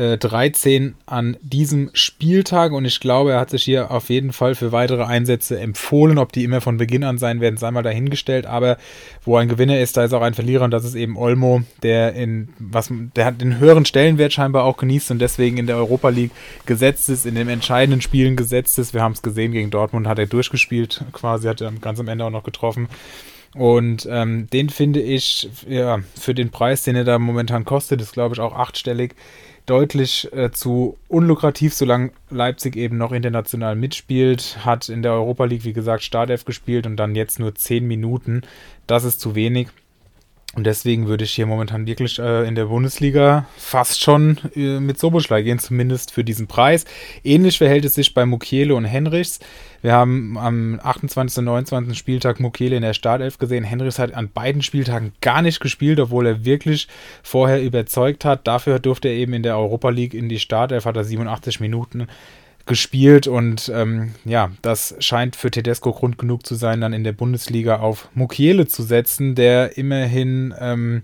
13 an diesem Spieltag und ich glaube, er hat sich hier auf jeden Fall für weitere Einsätze empfohlen. Ob die immer von Beginn an sein werden, sei mal dahingestellt, aber wo ein Gewinner ist, da ist auch ein Verlierer und das ist eben Olmo, der hat den höheren Stellenwert scheinbar auch genießt und deswegen in der Europa League gesetzt ist, in den entscheidenden Spielen gesetzt ist. Wir haben es gesehen, gegen Dortmund hat er durchgespielt, quasi hat er ganz am Ende auch noch getroffen. Und den finde ich, ja, für den Preis, den er da momentan kostet, ist glaube ich auch 8-stellig, deutlich zu unlukrativ, solange Leipzig eben noch international mitspielt, hat in der Europa League, wie gesagt, Startelf gespielt und dann jetzt nur 10 Minuten. Das ist zu wenig. Und deswegen würde ich hier momentan wirklich in der Bundesliga fast schon mit Szoboszlai gehen, zumindest für diesen Preis. Ähnlich verhält es sich bei Mukiele und Henrichs. Wir haben am 28. und 29. Spieltag Mukiele in der Startelf gesehen. Henrichs hat an beiden Spieltagen gar nicht gespielt, obwohl er wirklich vorher überzeugt hat. Dafür durfte er eben in der Europa League in die Startelf, hat er 87 Minuten gespielt und das scheint für Tedesco Grund genug zu sein, dann in der Bundesliga auf Mukiele zu setzen, der immerhin,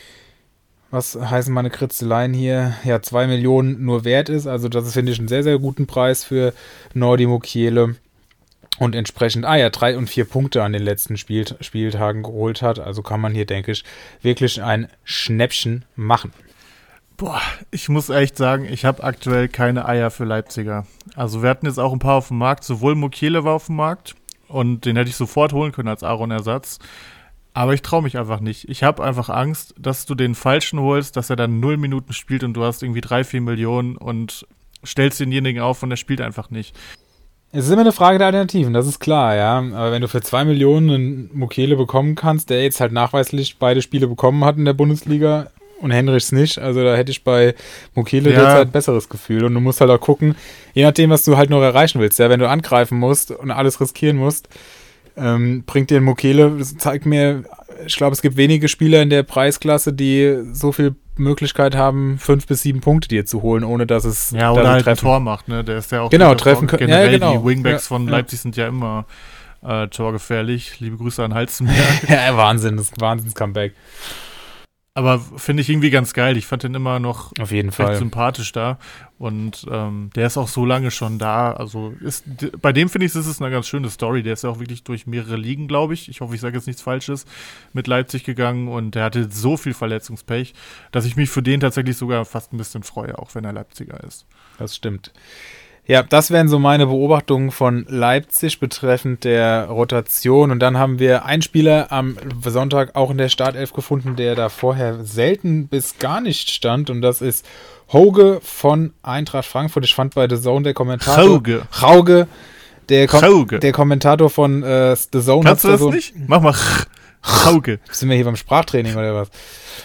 was heißen meine Kritzeleien hier, 2 Millionen nur wert ist, also das ist, finde ich, einen sehr, sehr guten Preis für Nordi Mukiele und entsprechend, 3 und 4 Punkte an den letzten Spieltagen geholt hat, also kann man hier, denke ich, wirklich ein Schnäppchen machen. Boah, ich muss echt sagen, ich habe aktuell keine Eier für Leipziger. Also wir hatten jetzt auch ein paar auf dem Markt, sowohl Mukiele war auf dem Markt und den hätte ich sofort holen können als Aaron-Ersatz. Aber ich traue mich einfach nicht. Ich habe einfach Angst, dass du den Falschen holst, dass er dann 0 Minuten spielt und du hast irgendwie 3-4 Millionen und stellst denjenigen auf und er spielt einfach nicht. Es ist immer eine Frage der Alternativen, das ist klar, ja. Aber wenn du für 2 Millionen einen Mukiele bekommen kannst, der jetzt halt nachweislich beide Spiele bekommen hat in der Bundesliga und Henrichs nicht, also da hätte ich bei Mukiele derzeit ein besseres Gefühl. Und du musst halt auch gucken, je nachdem, was du halt noch erreichen willst, ja, wenn du angreifen musst und alles riskieren musst, bringt dir ein Mukiele, das zeigt mir, ich glaube, es gibt wenige Spieler in der Preisklasse, die so viel Möglichkeit haben, 5 bis 7 Punkte dir zu holen, ohne dass es ja, oder halt ein Tor macht, ne? Der ist ja auch genau, treffen können. Generell ja, genau. Die Wingbacks von Leipzig sind ja immer torgefährlich. Liebe Grüße an Halzenberg. Ja, Wahnsinn, das ist ein Wahnsinns-Comeback. Aber finde ich irgendwie ganz geil. Ich fand den immer noch auf jeden Fall sympathisch da. Und der ist auch so lange schon da. Also bei dem finde ich, ist es eine ganz schöne Story. Der ist ja auch wirklich durch mehrere Ligen, glaube ich. Ich hoffe, ich sage jetzt nichts Falsches, mit Leipzig gegangen. Und der hatte so viel Verletzungspech, dass ich mich für den tatsächlich sogar fast ein bisschen freue, auch wenn er Leipziger ist. Das stimmt. Ja, das wären so meine Beobachtungen von Leipzig betreffend der Rotation. Und dann haben wir einen Spieler am Sonntag auch in der Startelf gefunden, der da vorher selten bis gar nicht stand. Und das ist Hauge von Eintracht Frankfurt. Ich fand bei The Zone der Kommentator... Hauge. Der Kommentator von The Zone... Kannst du das nicht? Mach mal... Hauge. Sind wir hier beim Sprachtraining oder was?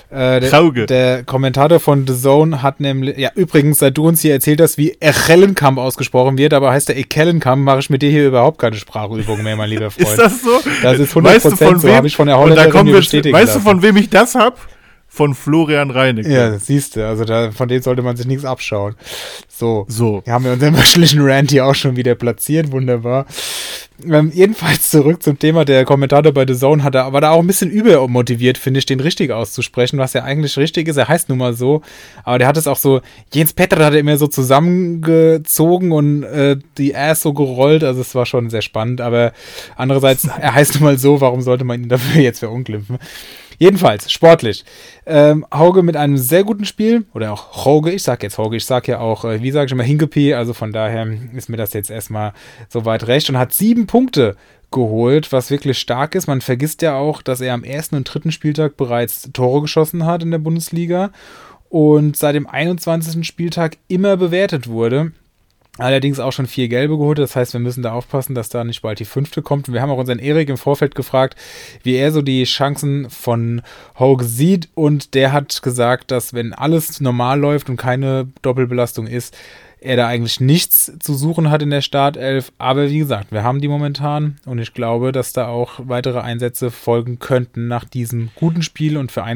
Der Kommentator von The Zone hat nämlich, ja übrigens, seit du uns hier erzählt hast, wie Echellenkamp ausgesprochen wird, aber heißt der Echellenkamp, mache ich mit dir hier überhaupt keine Sprachübung mehr, mein lieber Freund. Ist das so? Das ist 100% so, habe ich von der Holländerin mir bestätigt lassen. Weißt du, von wem ich das hab? Von Florian Reinecker. Ja, siehst du, also von dem sollte man sich nichts abschauen. So. Wir haben ja unseren wöchentlichen Rant hier auch schon wieder platziert, wunderbar. Jedenfalls zurück zum Thema, der Kommentator bei The Zone war da auch ein bisschen übermotiviert, finde ich, den richtig auszusprechen, was ja eigentlich richtig ist, er heißt nun mal so, aber der hat es auch so, Jens Petter hat er immer so zusammengezogen und die Ass so gerollt, also es war schon sehr spannend, aber andererseits, er heißt nun mal so, warum sollte man ihn dafür jetzt verunglimpfen? Jedenfalls, sportlich. Hauge mit einem sehr guten Spiel, oder auch Hauge, ich sag jetzt Hauge, ich sag ja auch, wie sage ich immer, Hinkepi, also von daher ist mir das jetzt erstmal soweit recht und hat 7 Punkte geholt, was wirklich stark ist. Man vergisst ja auch, dass er am 1. und 3. Spieltag bereits Tore geschossen hat in der Bundesliga und seit dem 21. Spieltag immer bewertet wurde. Allerdings auch schon 4 Gelbe geholt, das heißt, wir müssen da aufpassen, dass da nicht bald die 5. kommt. Und wir haben auch unseren Erik im Vorfeld gefragt, wie er so die Chancen von Hauge sieht und der hat gesagt, dass wenn alles normal läuft und keine Doppelbelastung ist, er da eigentlich nichts zu suchen hat in der Startelf. Aber wie gesagt, wir haben die momentan und ich glaube, dass da auch weitere Einsätze folgen könnten nach diesem guten Spiel und für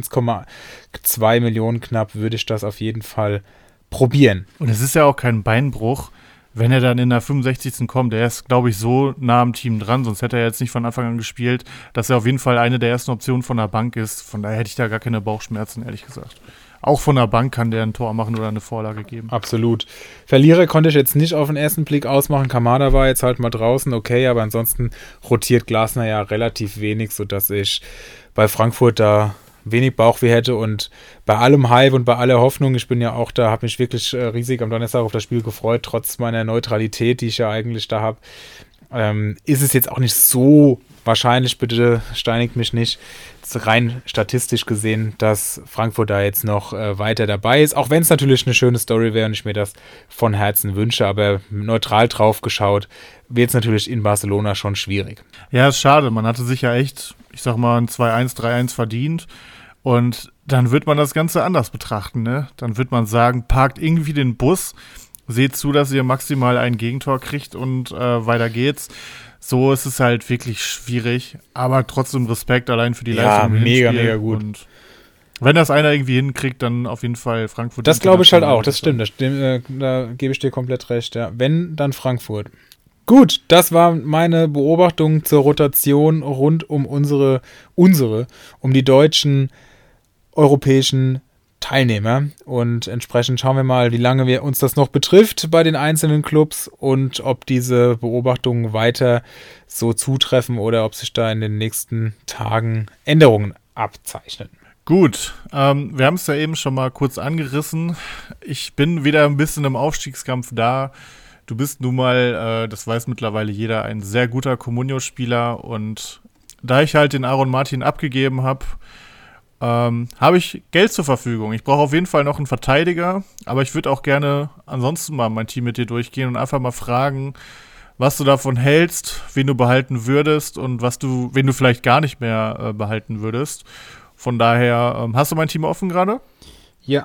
1,2 Millionen knapp würde ich das auf jeden Fall probieren. Und es ist ja auch kein Beinbruch, wenn er dann in der 65. kommt. Der ist, glaube ich, so nah am Team dran, sonst hätte er jetzt nicht von Anfang an gespielt, dass er auf jeden Fall eine der ersten Optionen von der Bank ist. Von daher hätte ich da gar keine Bauchschmerzen, ehrlich gesagt. Auch von der Bank kann der ein Tor machen oder eine Vorlage geben. Absolut. Verlierer konnte ich jetzt nicht auf den ersten Blick ausmachen. Kamada war jetzt halt mal draußen, okay, aber ansonsten rotiert Glasner ja relativ wenig, sodass ich bei Frankfurt da wenig Bauchweh hätte und bei allem Hype und bei aller Hoffnung, ich bin ja auch da, habe mich wirklich riesig am Donnerstag auf das Spiel gefreut, trotz meiner Neutralität, die ich ja eigentlich da habe, ist es jetzt auch nicht so wahrscheinlich, bitte steinigt mich nicht, rein statistisch gesehen, dass Frankfurt da jetzt noch weiter dabei ist, auch wenn es natürlich eine schöne Story wäre und ich mir das von Herzen wünsche, aber neutral drauf geschaut, wird es natürlich in Barcelona schon schwierig. Ja, ist schade, man hatte sich ja echt, ich sag mal, ein 2-1, 3-1 verdient und dann wird man das Ganze anders betrachten, ne? Dann wird man sagen, parkt irgendwie den Bus, seht zu, dass ihr maximal ein Gegentor kriegt und weiter geht's. So ist es halt wirklich schwierig, aber trotzdem Respekt allein für die Leistung. Ja, mega gut. Und wenn das einer irgendwie hinkriegt, dann auf jeden Fall Frankfurt. Das glaube ich halt auch, das stimmt, da gebe ich dir komplett recht, ja. Wenn, dann Frankfurt. Gut, das war meine Beobachtung zur Rotation rund um um die deutschen europäischen Teilnehmer und entsprechend schauen wir mal, wie lange uns das noch betrifft bei den einzelnen Clubs und ob diese Beobachtungen weiter so zutreffen oder ob sich da in den nächsten Tagen Änderungen abzeichnen. Gut, wir haben es ja eben schon mal kurz angerissen. Ich bin wieder ein bisschen im Aufstiegskampf da. Du bist nun mal, das weiß mittlerweile jeder, ein sehr guter Comunio-Spieler. Und da ich halt den Aaron Martin abgegeben habe, habe ich Geld zur Verfügung. Ich brauche auf jeden Fall noch einen Verteidiger, aber ich würde auch gerne ansonsten mal mein Team mit dir durchgehen und einfach mal fragen, was du davon hältst, wen du behalten würdest und wen du vielleicht gar nicht mehr behalten würdest. Von daher, hast du mein Team offen gerade? Ja.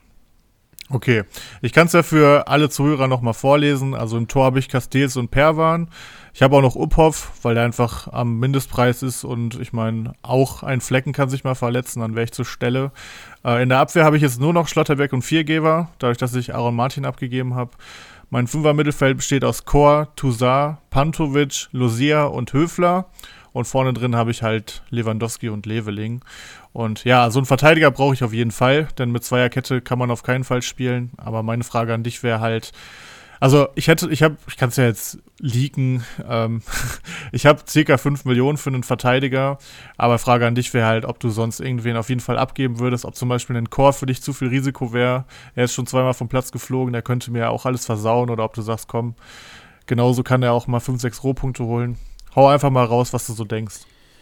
Okay, ich kann es ja für alle Zuhörer nochmal vorlesen. Also im Tor habe ich Castells und Perwan. Ich habe auch noch Uphoff, weil der einfach am Mindestpreis ist und ich meine, auch ein Flecken kann sich mal verletzen, dann wäre ich zur Stelle. In der Abwehr habe ich jetzt nur noch Schlotterbeck und Viergeber, dadurch, dass ich Aaron Martin abgegeben habe. Mein Fünfer-Mittelfeld besteht aus Kor, Toussaint, Pantovic, Lucia und Höfler. Und vorne drin habe ich halt Lewandowski und Leveling. Und ja, so einen Verteidiger brauche ich auf jeden Fall, denn mit Zweierkette kann man auf keinen Fall spielen. Aber meine Frage an dich wäre halt, also ich kann es ja jetzt leaken, ich habe ca. 5 Millionen für einen Verteidiger, aber Frage an dich wäre halt, ob du sonst irgendwen auf jeden Fall abgeben würdest, ob zum Beispiel ein Core für dich zu viel Risiko wäre. Er ist schon 2-mal vom Platz geflogen, der könnte mir ja auch alles versauen, oder ob du sagst, komm, genauso kann er auch mal 5, 6 Rohpunkte holen. Hau einfach mal raus, was du so denkst.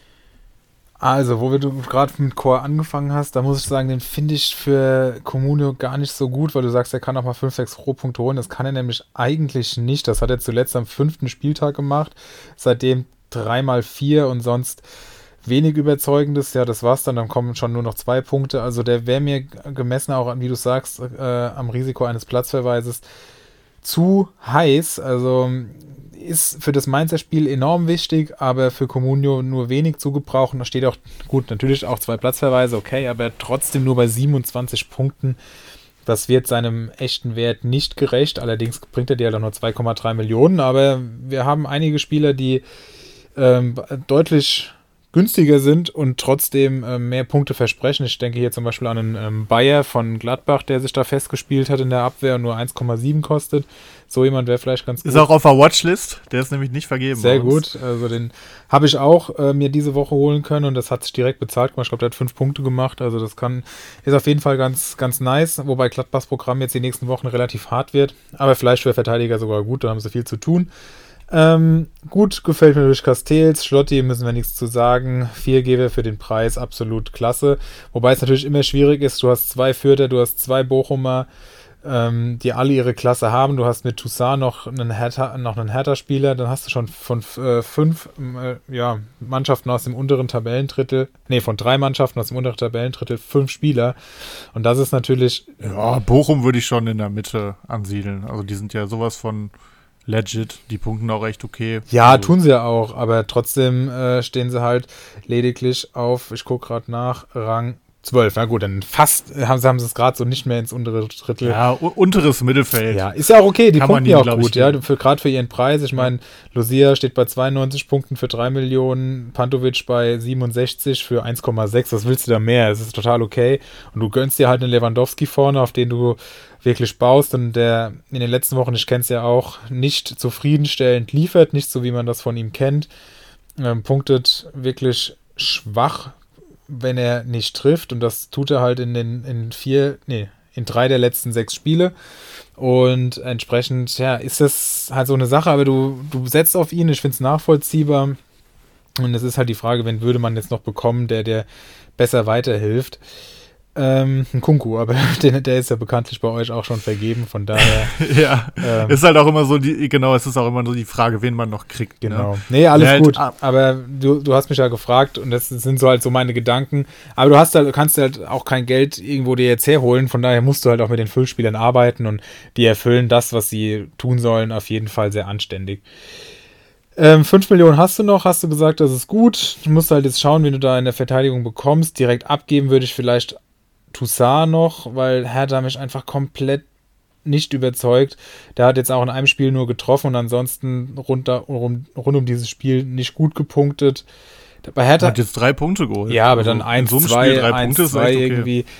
Also, wo du gerade mit Core angefangen hast, da muss ich sagen, den finde ich für Comunio gar nicht so gut, weil du sagst, er kann auch mal 5, 6 Rohpunkte holen. Das kann er nämlich eigentlich nicht. Das hat er zuletzt am 5. Spieltag gemacht. Seitdem 3x4 und sonst wenig Überzeugendes. Ja, das war's dann. Dann kommen schon nur noch 2 Punkte. Also, der wäre mir gemessen auch, wie du sagst, am Risiko eines Platzverweises zu heiß. Also ist für das Mainzer Spiel enorm wichtig, aber für Comunio nur wenig zu gebrauchen. Da steht auch, gut, natürlich auch 2 Platzverweise, okay, aber trotzdem nur bei 27 Punkten. Das wird seinem echten Wert nicht gerecht. Allerdings bringt er dir ja nur 2,3 Millionen, aber wir haben einige Spieler, die deutlich günstiger sind und trotzdem mehr Punkte versprechen. Ich denke hier zum Beispiel an einen Bayer von Gladbach, der sich da festgespielt hat in der Abwehr und nur 1,7 kostet. So jemand wäre vielleicht ganz gut. Ist auch auf der Watchlist, der ist nämlich nicht vergeben. Sehr gut, also den habe ich auch mir diese Woche holen können und das hat sich direkt bezahlt gemacht. Ich glaube, der hat 5 Punkte gemacht, also das ist auf jeden Fall ganz, ganz nice, wobei Gladbachs Programm jetzt die nächsten Wochen relativ hart wird, aber vielleicht für Verteidiger sogar gut, da haben sie viel zu tun. Gut, gefällt mir durch Castells. Schlotti müssen wir nichts zu sagen. Viergeber für den Preis, absolut klasse. Wobei es natürlich immer schwierig ist. Du hast 2 Fürther, du hast 2 Bochumer, die alle ihre Klasse haben. Du hast mit Toussaint noch einen Hertha-Spieler. Dann hast du schon von 5 Mannschaften aus dem unteren Tabellendrittel. Von 3 Mannschaften aus dem unteren Tabellendrittel 5 Spieler. Und das ist natürlich... Ja, Bochum würde ich schon in der Mitte ansiedeln. Also die sind ja sowas von... legit, die punkten auch echt okay. Ja, also, tun sie ja auch, aber trotzdem stehen sie halt lediglich auf, ich gucke gerade nach, Rang 12. Na gut, dann fast haben sie es gerade so nicht mehr ins untere Drittel. Ja, unteres Mittelfeld. Ja, ist ja auch okay, die Kann punkten man ja auch gut, ja, gerade für ihren Preis. Ich meine, Lucia steht bei 92 Punkten für 3 Millionen, Pantovic bei 67 für 1,6. Was willst du da mehr? Das ist total okay. Und du gönnst dir halt einen Lewandowski vorne, auf den du wirklich baust und der in den letzten Wochen, ich kenne es ja auch, nicht zufriedenstellend liefert, nicht so wie man das von ihm kennt, punktet wirklich schwach, wenn er nicht trifft und das tut er halt in 3 der letzten 6 Spiele und entsprechend, ja, ist das halt so eine Sache, aber du setzt auf ihn, ich finde es nachvollziehbar und es ist halt die Frage, wen würde man jetzt noch bekommen, der besser weiterhilft. Ein Kunku, aber der ist ja bekanntlich bei euch auch schon vergeben, von daher. Ja, ist halt auch immer so, es ist auch immer so die Frage, wen man noch kriegt. Genau. Ne? Nee, alles gut, aber du hast mich ja gefragt und das sind so halt so meine Gedanken, aber du kannst halt auch kein Geld irgendwo dir jetzt herholen, von daher musst du halt auch mit den Füllspielern arbeiten und die erfüllen das, was sie tun sollen, auf jeden Fall sehr anständig. 5 Millionen hast du noch, hast du gesagt, das ist gut. Du musst halt jetzt schauen, wen du da in der Verteidigung bekommst. Direkt abgeben würde ich vielleicht Toussaint noch, weil Hertha mich einfach komplett nicht überzeugt. Der hat jetzt auch in einem Spiel nur getroffen und ansonsten rund um dieses Spiel nicht gut gepunktet. Bei Hertha hat jetzt 3 Punkte geholt. Ja, aber dann 1, 2 irgendwie.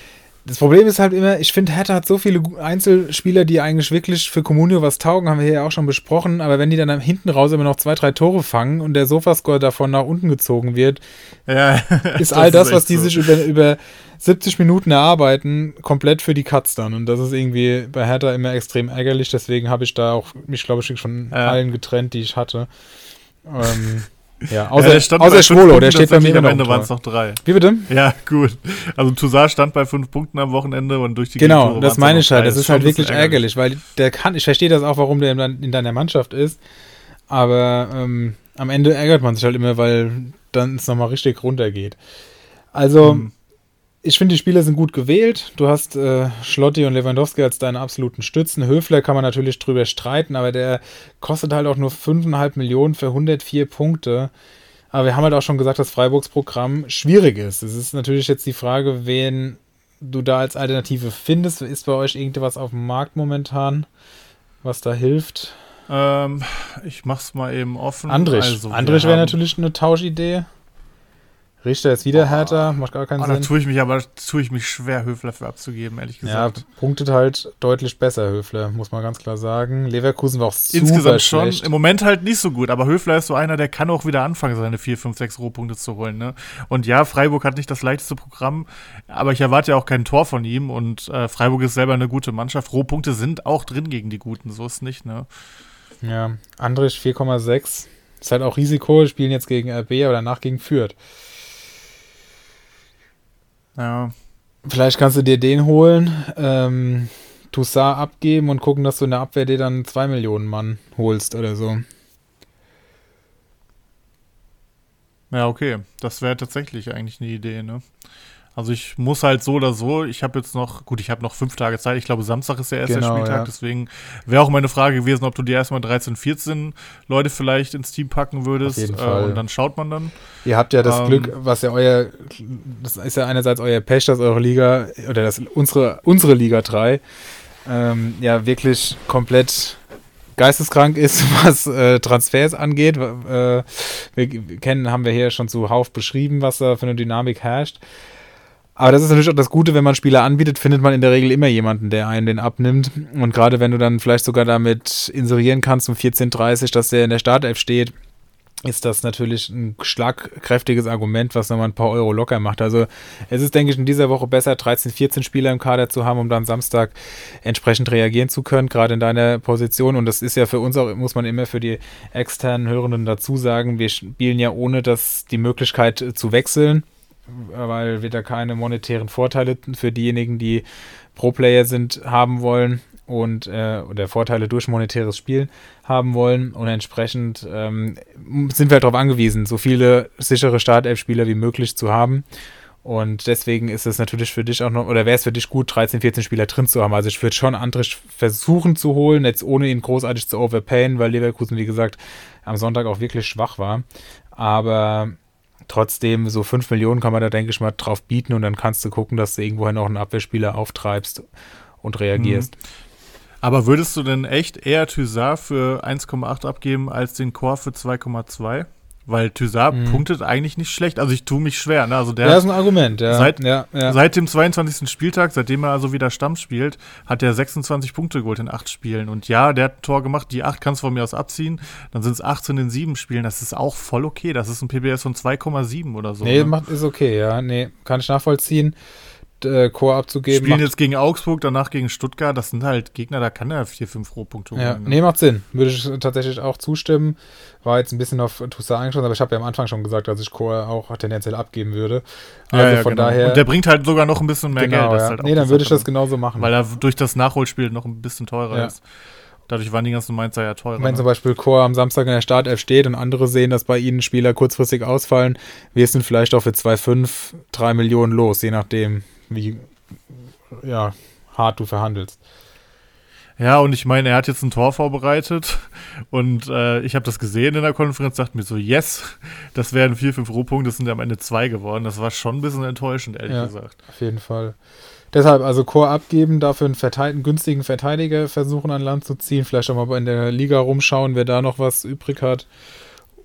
Das Problem ist halt immer, ich finde, Hertha hat so viele Einzelspieler, die eigentlich wirklich für Comunio was taugen, haben wir hier ja auch schon besprochen, aber wenn die dann hinten raus immer noch 2-3 Tore fangen und der Sofascore davon nach unten gezogen wird, ist all das, was die sich über 70 Minuten erarbeiten, komplett für die Katz dann. Und das ist irgendwie bei Hertha immer extrem ärgerlich, deswegen habe ich da auch mich, glaube ich, von allen getrennt, die ich hatte. Ja, außer Schwolo, der steht bei mir immer noch. Am Ende waren es noch 3. Wie bitte? Ja, gut. Also Toussaint stand bei 5 Punkten am Wochenende und durch die Genau, das meine ich halt. Das ist halt wirklich ärgerlich, weil ich verstehe das auch, warum der in deiner Mannschaft ist, aber am Ende ärgert man sich halt immer, weil dann es nochmal richtig runtergeht. Also, ich finde, die Spieler sind gut gewählt. Du hast Schlotti und Lewandowski als deine absoluten Stützen. Höfler kann man natürlich drüber streiten, aber der kostet halt auch nur 5,5 Millionen für 104 Punkte. Aber wir haben halt auch schon gesagt, dass Freiburgs Programm schwierig ist. Es ist natürlich jetzt die Frage, wen du da als Alternative findest. Ist bei euch irgendwas auf dem Markt momentan, was da hilft? Ich mach's mal eben offen. Andrich wäre natürlich eine Tauschidee. Richter ist wieder härter, macht gar keinen Sinn. Da tue ich mich schwer, Höfler für abzugeben, ehrlich gesagt. Ja, punktet halt deutlich besser, Höfler, muss man ganz klar sagen. Leverkusen war auch super insgesamt schlecht. Schon, im Moment halt nicht so gut, aber Höfler ist so einer, der kann auch wieder anfangen, seine 4, 5, 6 Rohpunkte zu holen. Ne? Und ja, Freiburg hat nicht das leichteste Programm, aber ich erwarte ja auch kein Tor von ihm und Freiburg ist selber eine gute Mannschaft. Rohpunkte sind auch drin gegen die Guten, so ist nicht, ne? Ja, Andrich 4,6. Ist halt auch Risiko, spielen jetzt gegen RB, aber danach gegen Fürth. Ja. Vielleicht kannst du dir den holen, Toussaint abgeben und gucken, dass du in der Abwehr dir dann 2 Millionen Mann holst oder so. Ja, okay. Das wäre tatsächlich eigentlich eine Idee, ne? Also ich muss halt so oder so, ich habe noch 5 Tage Zeit. Ich glaube, Samstag ist der erste Spieltag, ja. Deswegen wäre auch meine Frage gewesen, ob du dir erstmal 13, 14 Leute vielleicht ins Team packen würdest. Auf jeden Fall. Und dann schaut man dann. Ihr habt ja das Glück, das ist ja einerseits euer Pech, dass eure Liga, oder dass unsere Liga 3 ja wirklich komplett geisteskrank ist, was Transfers angeht. Haben wir hier schon zuhauf beschrieben, was da für eine Dynamik herrscht. Aber das ist natürlich auch das Gute, wenn man Spieler anbietet, findet man in der Regel immer jemanden, der einen den abnimmt. Und gerade wenn du dann vielleicht sogar damit inserieren kannst um 14:30, dass der in der Startelf steht, ist das natürlich ein schlagkräftiges Argument, was nochmal ein paar Euro locker macht. Also es ist, denke ich, in dieser Woche besser, 13, 14 Spieler im Kader zu haben, um dann Samstag entsprechend reagieren zu können, gerade in deiner Position. Und das ist ja für uns auch, muss man immer für die externen Hörenden dazu sagen, wir spielen ja ohne die Möglichkeit zu wechseln, weil wir da keine monetären Vorteile für diejenigen, die Pro-Player sind, haben wollen und oder Vorteile durch monetäres Spiel haben wollen. Und entsprechend sind wir halt darauf angewiesen, so viele sichere Startelf-Spieler wie möglich zu haben. Und deswegen ist es natürlich für dich auch noch, oder wäre es für dich gut, 13, 14 Spieler drin zu haben. Also ich würde schon Andrich versuchen zu holen, jetzt ohne ihn großartig zu overpayen, weil Leverkusen, wie gesagt, am Sonntag auch wirklich schwach war. Aber trotzdem, so 5 Millionen kann man da, denke ich mal, drauf bieten und dann kannst du gucken, dass du irgendwoher noch einen Abwehrspieler auftreibst und reagierst. Aber würdest du denn echt eher Toussaint für 1,8 abgeben als den Chor für 2,2? Weil Toussaint punktet eigentlich nicht schlecht. Also ich tue mich schwer. Ne? Also der ist ein Argument, ja. Seit dem 22. Spieltag, seitdem er also wieder Stamm spielt, hat er 26 Punkte geholt in 8 Spielen. Und ja, der hat ein Tor gemacht, die 8 kannst du von mir aus abziehen. Dann sind es 18 in 7 Spielen. Das ist auch voll okay. Das ist ein PBS von 2,7 oder so. Nee, ne? Ist okay, ja. Nee, kann ich nachvollziehen. Chor abzugeben. Spielen jetzt gegen Augsburg, danach gegen Stuttgart. Das sind halt Gegner, da kann er 4, 5 Rohpunkte holen. Ja, nee, macht Sinn. Würde ich tatsächlich auch zustimmen. War jetzt ein bisschen auf Toussaint eingeschossen, aber ich habe ja am Anfang schon gesagt, dass ich Chor auch tendenziell abgeben würde. Also von daher. Und der bringt halt sogar noch ein bisschen mehr Geld. Das halt dann würde ich das genauso machen. Weil er durch das Nachholspiel noch ein bisschen teurer ist. Dadurch waren die ganzen Mainzer ja teurer. Wenn zum Beispiel Chor am Samstag in der Startelf steht und andere sehen, dass bei ihnen Spieler kurzfristig ausfallen, wir sind vielleicht auch für 2,5, 3 Millionen los, je nachdem, wie hart du verhandelst. Ja, und ich meine, er hat jetzt ein Tor vorbereitet und ich habe das gesehen in der Konferenz, dachte mir so, yes, das wären 4, 5 Rohpunkte, das sind ja am Ende 2 geworden. Das war schon ein bisschen enttäuschend, ehrlich gesagt. Auf jeden Fall. Deshalb also Chor abgeben, dafür einen günstigen Verteidiger versuchen an Land zu ziehen, vielleicht auch mal in der Liga rumschauen, wer da noch was übrig hat.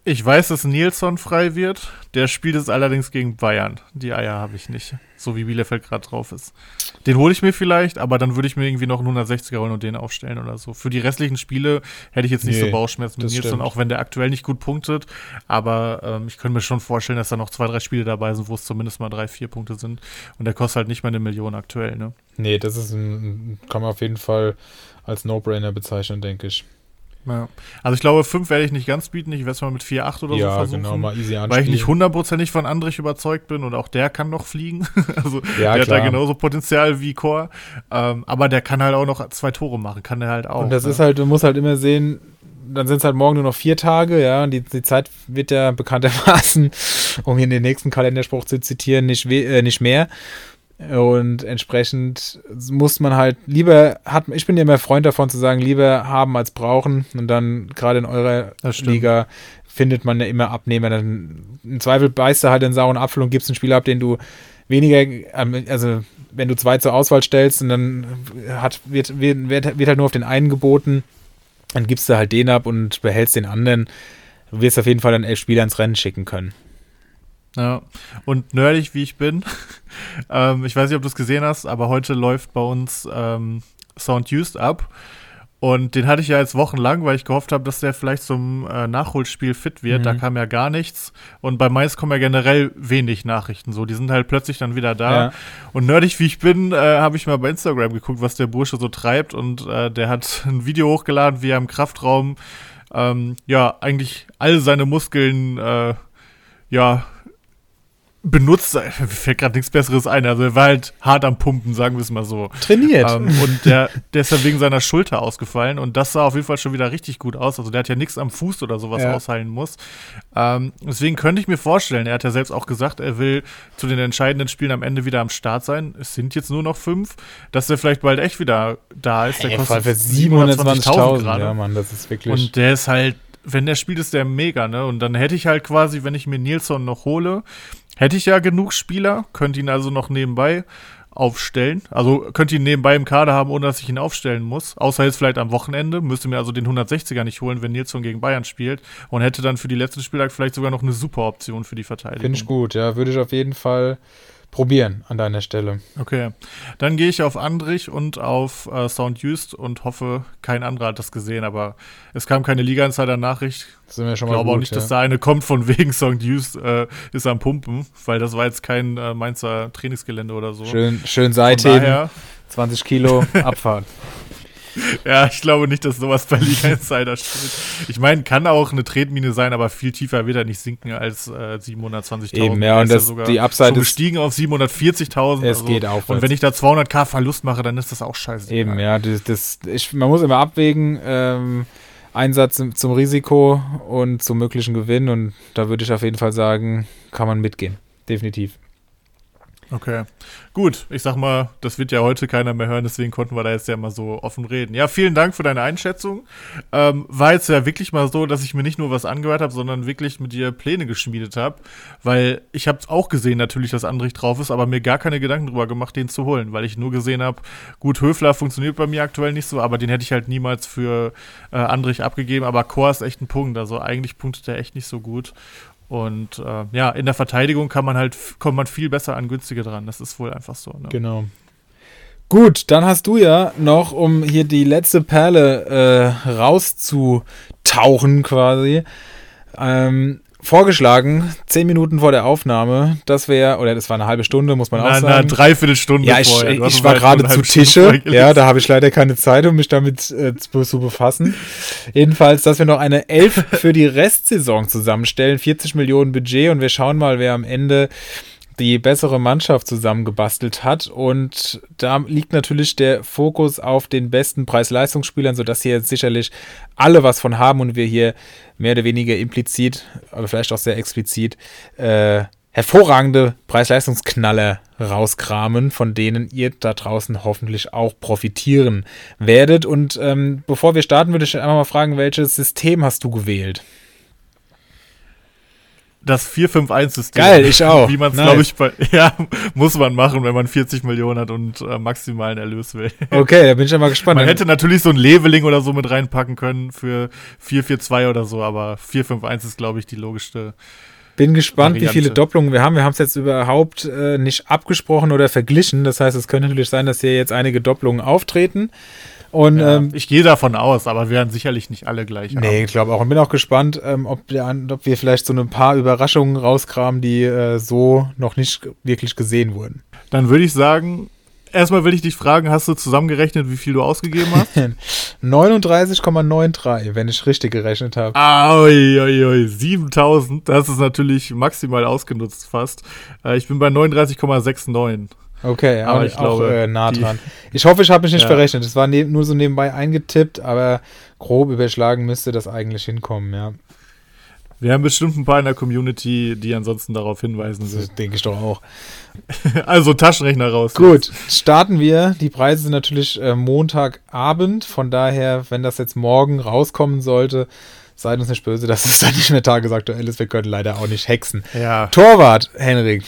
Ich weiß, dass Nilsson frei wird. Der spielt es allerdings gegen Bayern. Die Eier habe ich nicht. So wie Bielefeld gerade drauf ist. Den hole ich mir vielleicht, aber dann würde ich mir irgendwie noch einen 160er holen und den aufstellen oder so. Für die restlichen Spiele hätte ich jetzt nicht so Bauchschmerzen mit Nilsson, auch wenn der aktuell nicht gut punktet. Aber ich könnte mir schon vorstellen, dass da noch 2, 3 Spiele dabei sind, wo es zumindest mal 3, 4 Punkte sind. Und der kostet halt nicht mal 1 Million aktuell, ne? Nee, das ist kann man auf jeden Fall als No-Brainer bezeichnen, denke ich. Ja. Also ich glaube, 5 werde ich nicht ganz bieten. Ich werde es mal mit 4, 8 oder so versuchen. Ja, genau, mal easy anspielen. Weil ich nicht 100%ig von Andrich überzeugt bin und auch der kann noch fliegen. Also ja, der hat da genauso Potenzial wie Chor. Aber der kann halt auch noch 2 Tore machen, kann der halt auch. Und das ist halt, du musst halt immer sehen, dann sind es halt morgen nur noch 4 Tage, ja, und die Zeit wird ja bekanntermaßen, um hier den nächsten Kalenderspruch zu zitieren, nicht mehr. Und entsprechend muss man halt ich bin ja immer Freund davon zu sagen, lieber haben als brauchen. Und dann gerade in eurer Liga findet man ja immer Abnehmer. Dann im Zweifel beißt du halt den sauren Apfel und gibst einen Spieler ab, den du weniger, also wenn du 2 zur Auswahl stellst und dann wird halt nur auf den einen geboten, dann gibst du halt den ab und behältst den anderen. Du wirst auf jeden Fall dann 11 Spieler ins Rennen schicken können. Ja, und nerdig wie ich bin, ich weiß nicht, ob du es gesehen hast, aber heute läuft bei uns Sound Used ab und den hatte ich ja jetzt wochenlang, weil ich gehofft habe, dass der vielleicht zum Nachholspiel fit wird, da kam ja gar nichts und bei Mainz kommen ja generell wenig Nachrichten, so, die sind halt plötzlich dann wieder da und nerdig wie ich bin, habe ich mal bei Instagram geguckt, was der Bursche so treibt und der hat ein Video hochgeladen, wie er im Kraftraum eigentlich all seine Muskeln benutzt, mir fällt gerade nichts Besseres ein, also er war halt hart am Pumpen, sagen wir es mal so. Trainiert. Und der ist ja wegen seiner Schulter ausgefallen und das sah auf jeden Fall schon wieder richtig gut aus, also der hat ja nichts am Fuß oder sowas ausheilen muss. Deswegen könnte ich mir vorstellen, er hat ja selbst auch gesagt, er will zu den entscheidenden Spielen am Ende wieder am Start sein, es sind jetzt nur noch 5, dass er vielleicht bald echt wieder da ist, der kostet 720.000 gerade. Ja, Mann, das ist wirklich... Und der ist halt, wenn der spielt, ist der mega, ne? Und dann hätte ich halt quasi, wenn ich mir Nilsson noch hole, hätte ich ja genug Spieler, könnte ihn also noch nebenbei aufstellen. Also könnte ihn nebenbei im Kader haben, ohne dass ich ihn aufstellen muss. Außer jetzt vielleicht am Wochenende. Müsste mir also den 160er nicht holen, wenn Nilsson gegen Bayern spielt. Und hätte dann für die letzten Spieltag vielleicht sogar noch eine super Option für die Verteidigung. Finde ich gut, ja. Würde ich auf jeden Fall probieren an deiner Stelle. Okay, dann gehe ich auf Andrich und auf Sound Used und hoffe, kein anderer hat das gesehen, aber es kam keine Liga-Insider-Nachricht. Sind wir schon mal. Ich glaube auch nicht, dass da eine kommt von wegen Sound Used ist am Pumpen, weil das war jetzt kein Mainzer Trainingsgelände oder so. Schön Seitheben, 20 Kilo Abfahrt. Ja, ich glaube nicht, dass sowas bei Liga Insider steht. Ich meine, kann auch eine Tretmine sein, aber viel tiefer wird er nicht sinken als 720.000. Eben, ja, und die Upside ist gestiegen auf 740.000. Es geht aufwärts. Und wenn ich da 200.000 Verlust mache, dann ist das auch scheiße. Eben, ja, man muss immer abwägen, Einsatz zum Risiko und zum möglichen Gewinn und da würde ich auf jeden Fall sagen, kann man mitgehen. Definitiv. Okay, gut. Ich sag mal, das wird ja heute keiner mehr hören, deswegen konnten wir da jetzt ja mal so offen reden. Ja, vielen Dank für deine Einschätzung. War jetzt ja wirklich mal so, dass ich mir nicht nur was angehört habe, sondern wirklich mit dir Pläne geschmiedet habe, weil ich habe auch gesehen natürlich, dass Andrich drauf ist, aber mir gar keine Gedanken drüber gemacht, den zu holen, weil ich nur gesehen habe, gut, Höfler funktioniert bei mir aktuell nicht so, aber den hätte ich halt niemals für Andrich abgegeben, aber Chor ist echt ein Punkt, also eigentlich punktet er echt nicht so gut. Und in der Verteidigung kommt man viel besser an günstige dran. Das ist wohl einfach so. Ne? Genau. Gut, dann hast du ja noch, um hier die letzte Perle rauszutauchen quasi, vorgeschlagen, 10 Minuten vor der Aufnahme, das war eine halbe Stunde, muss man auch sagen. Eine Dreiviertelstunde vorher. Ja, ich war gerade zu Tische, ja, da habe ich leider keine Zeit, um mich damit zu befassen. Jedenfalls, dass wir noch eine 11 für die Restsaison zusammenstellen, 40 Millionen Budget und wir schauen mal, wer am Ende die bessere Mannschaft zusammengebastelt hat und da liegt natürlich der Fokus auf den besten Preis-Leistungsspielern, sodass hier sicherlich alle was von haben und wir hier mehr oder weniger implizit, aber vielleicht auch sehr explizit hervorragende Preis-Leistungsknaller rauskramen, von denen ihr da draußen hoffentlich auch profitieren werdet. Und bevor wir starten, würde ich einmal mal fragen, welches System hast du gewählt? das 4-5-1-System. Geil, ich auch. Wie man es, Nice. glaube ich, muss man machen, wenn man 40 Millionen hat und maximalen Erlös will. Okay, da bin ich ja mal gespannt. Man hätte natürlich so ein Leveling oder so mit reinpacken können für 4-4-2 oder so, aber 4-5-1 ist, glaube ich, die logischste. Bin gespannt, wie Variante. viele Doppelungen wir haben. Wir haben es jetzt überhaupt nicht abgesprochen oder verglichen. Das heißt, es könnte natürlich sein, dass hier jetzt einige Doppelungen auftreten. Und Ja, ich gehe davon aus, aber wir werden sicherlich nicht alle gleich haben. nee, ich glaube auch. Und bin auch gespannt, ob wir vielleicht so ein paar Überraschungen rauskramen, die so noch nicht wirklich gesehen wurden. Dann würde ich sagen, erstmal will ich dich fragen, hast du zusammengerechnet, wie viel du ausgegeben hast? 39,93, wenn ich richtig gerechnet habe. Ui, 7000, das ist natürlich maximal ausgenutzt fast. Ich bin bei 39,69. Okay, Aber aber ich glaube, nah die- dran. Ich hoffe, ich habe mich nicht Ja. verrechnet. Es war nur so nebenbei eingetippt, aber grob überschlagen müsste das eigentlich hinkommen, ja. Wir haben bestimmt ein paar in der Community, die ansonsten darauf hinweisen Das sind. denke ich doch auch. Also Taschenrechner raus. Gut, starten wir. Die Preise sind natürlich Montagabend. Von daher, wenn das jetzt morgen rauskommen sollte, seid uns nicht böse, dass es dann nicht mehr tagesaktuell ist. Wir können leider auch nicht hexen. Ja, Torwart, Henrik.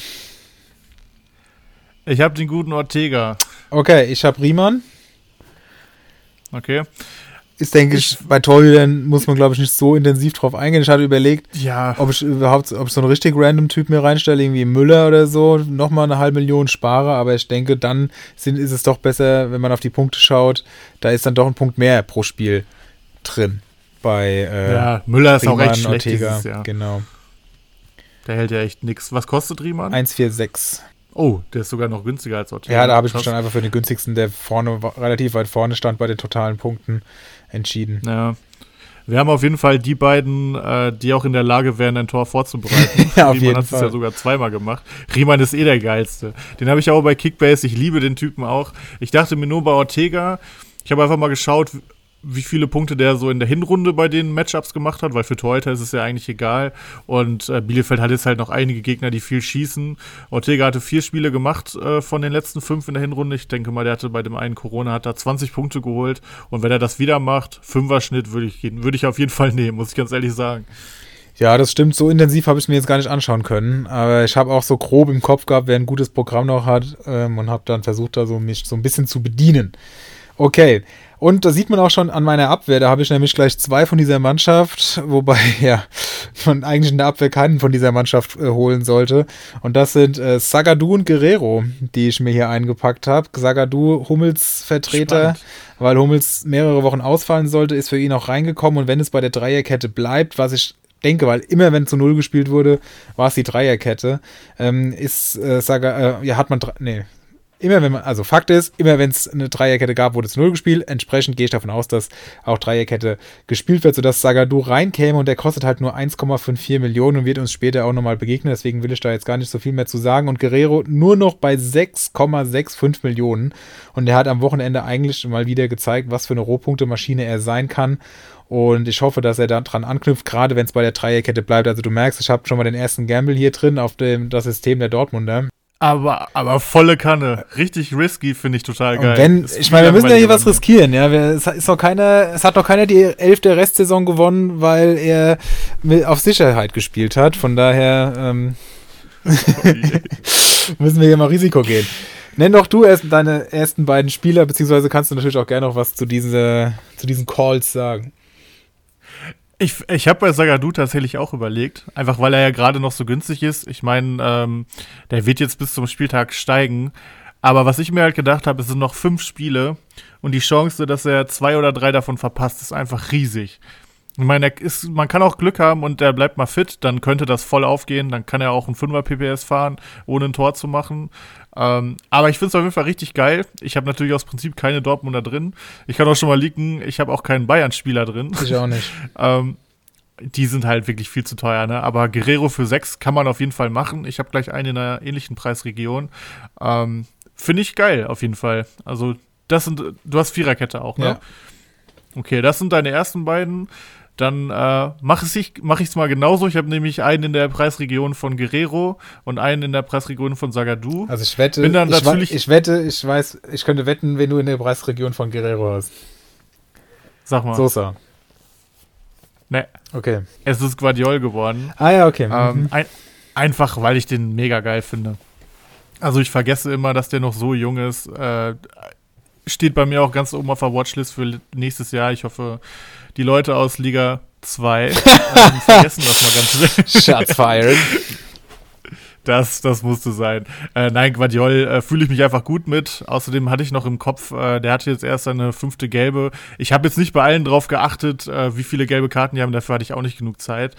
ich habe den guten Ortega. Okay, ich habe Riemann. Okay. Ist, denke ich, bei Torhütern muss man, glaube ich, nicht so intensiv drauf eingehen. Ich hatte überlegt, Ja, ob ich so einen richtig random Typ mir reinstelle, irgendwie Müller oder so, nochmal 500.000 spare, aber ich denke, dann ist es doch besser, wenn man auf die Punkte schaut, da ist dann doch ein Punkt mehr pro Spiel drin bei ja, Müller ist auch Riemann, recht schlecht Ortega, dieses Jahr. genau. Der hält ja echt nix. Was kostet Riemann? 1,46. Oh, der ist sogar noch günstiger als Ortega. Ja, da habe ich mich Krass. dann einfach für den günstigsten, der relativ weit vorne stand bei den totalen Punkten, entschieden. Ja. Wir haben auf jeden Fall die beiden, die auch in der Lage wären, ein Tor vorzubereiten. Ja, auf Riemann jeden hat es Fall. ja sogar zweimal gemacht. Riemann ist der Geilste. Den habe ich auch bei Kickbase. Ich liebe den Typen auch. Ich dachte mir nur bei Ortega, ich habe einfach mal geschaut, wie viele Punkte der so in der Hinrunde bei den Matchups gemacht hat, weil für Torhüter ist es ja eigentlich egal. Und Bielefeld hat jetzt halt noch einige Gegner, die viel schießen. Ortega hatte 4 Spiele gemacht von den letzten 5 in der Hinrunde. Ich denke mal, der hatte bei dem einen Corona, hat da 20 Punkte geholt. Und wenn er das wieder macht, 5er-Schnitt würde ich auf jeden Fall nehmen, muss ich ganz ehrlich sagen. Ja, das stimmt. So intensiv habe ich es mir jetzt gar nicht anschauen können. Aber ich habe auch so grob im Kopf gehabt, wer ein gutes Programm noch hat und habe dann versucht, da so mich so ein bisschen zu bedienen. Okay. Und da sieht man auch schon an meiner Abwehr, da habe ich nämlich gleich 2 von dieser Mannschaft, wobei ja man eigentlich in der Abwehr keinen von dieser Mannschaft holen sollte. Und das sind Zagadou und Guerrero, die ich mir hier eingepackt habe. Zagadou, Hummels Vertreter, Spannend. weil Hummels mehrere Wochen ausfallen sollte, ist für ihn auch reingekommen. Und wenn es bei der Dreierkette bleibt, was ich denke, weil immer wenn zu 0 gespielt wurde, war es die Dreierkette, Fakt ist, immer wenn es eine Dreierkette gab, wurde es 0 gespielt. Entsprechend gehe ich davon aus, dass auch Dreierkette gespielt wird, sodass Zagadou reinkäme und der kostet halt nur 1,54 Millionen und wird uns später auch nochmal begegnen. Deswegen will ich da jetzt gar nicht so viel mehr zu sagen. Und Guerrero nur noch bei 6,65 Millionen. Und er hat am Wochenende eigentlich mal wieder gezeigt, was für eine Rohpunktemaschine er sein kann. Und ich hoffe, dass er da dran anknüpft, gerade wenn es bei der Dreierkette bleibt. Also du merkst, ich habe schon mal den ersten Gamble hier drin auf das System der Dortmunder. Aber volle Kanne. Richtig risky, finde ich total geil. Und wenn, Ist ich meine, wir viel müssen ja hier was langweiliger. riskieren, ja. Es hat noch keiner die 11. Restsaison gewonnen, weil er auf Sicherheit gespielt hat. Von daher müssen wir hier mal Risiko gehen. Nenn doch du erst deine ersten beiden Spieler, beziehungsweise kannst du natürlich auch gerne noch was zu diesen Calls sagen. Ich habe bei Zagadou tatsächlich auch überlegt, einfach weil er ja gerade noch so günstig ist. Ich meine, der wird jetzt bis zum Spieltag steigen. Aber was ich mir halt gedacht habe, es sind noch 5 Spiele und die Chance, dass er 2 oder 3 davon verpasst, ist einfach riesig. Ich meine, man kann auch Glück haben und er bleibt mal fit, dann könnte das voll aufgehen, dann kann er auch ein 5er PPS fahren, ohne ein Tor zu machen. Aber ich finde es auf jeden Fall richtig geil. Ich habe natürlich aus Prinzip keine Dortmunder drin. Ich kann auch schon mal leaken, ich habe auch keinen Bayern-Spieler drin. Ich auch nicht. Die sind halt wirklich viel zu teuer, ne? Aber Guerrero für 6 kann man auf jeden Fall machen. Ich habe gleich einen in einer ähnlichen Preisregion. Finde ich geil, auf jeden Fall. Also, du hast Viererkette auch, ne? Ja. Okay, das sind deine ersten beiden. Dann mach ich's mal genauso. Ich habe nämlich einen in der Preisregion von Guerrero und einen in der Preisregion von Zagadou. Also ich wette, Bin dann natürlich- ich könnte wetten, wen du in der Preisregion von Guerrero hast. Sag mal. Sosa. Ne, Okay. es ist Gvardiol geworden. Ah ja, okay. Einfach, weil ich den mega geil finde. Also ich vergesse immer, dass der noch so jung ist. Steht bei mir auch ganz oben auf der Watchlist für nächstes Jahr. Ich hoffe, die Leute aus Liga 2 vergessen das mal ganz schnell. Shots fired. Das musste sein. Nein, Gvardiol fühle ich mich einfach gut mit. Außerdem hatte ich noch im Kopf, der hatte jetzt erst seine 5. gelbe. Ich habe jetzt nicht bei allen drauf geachtet, wie viele gelbe Karten die haben. Dafür hatte ich auch nicht genug Zeit.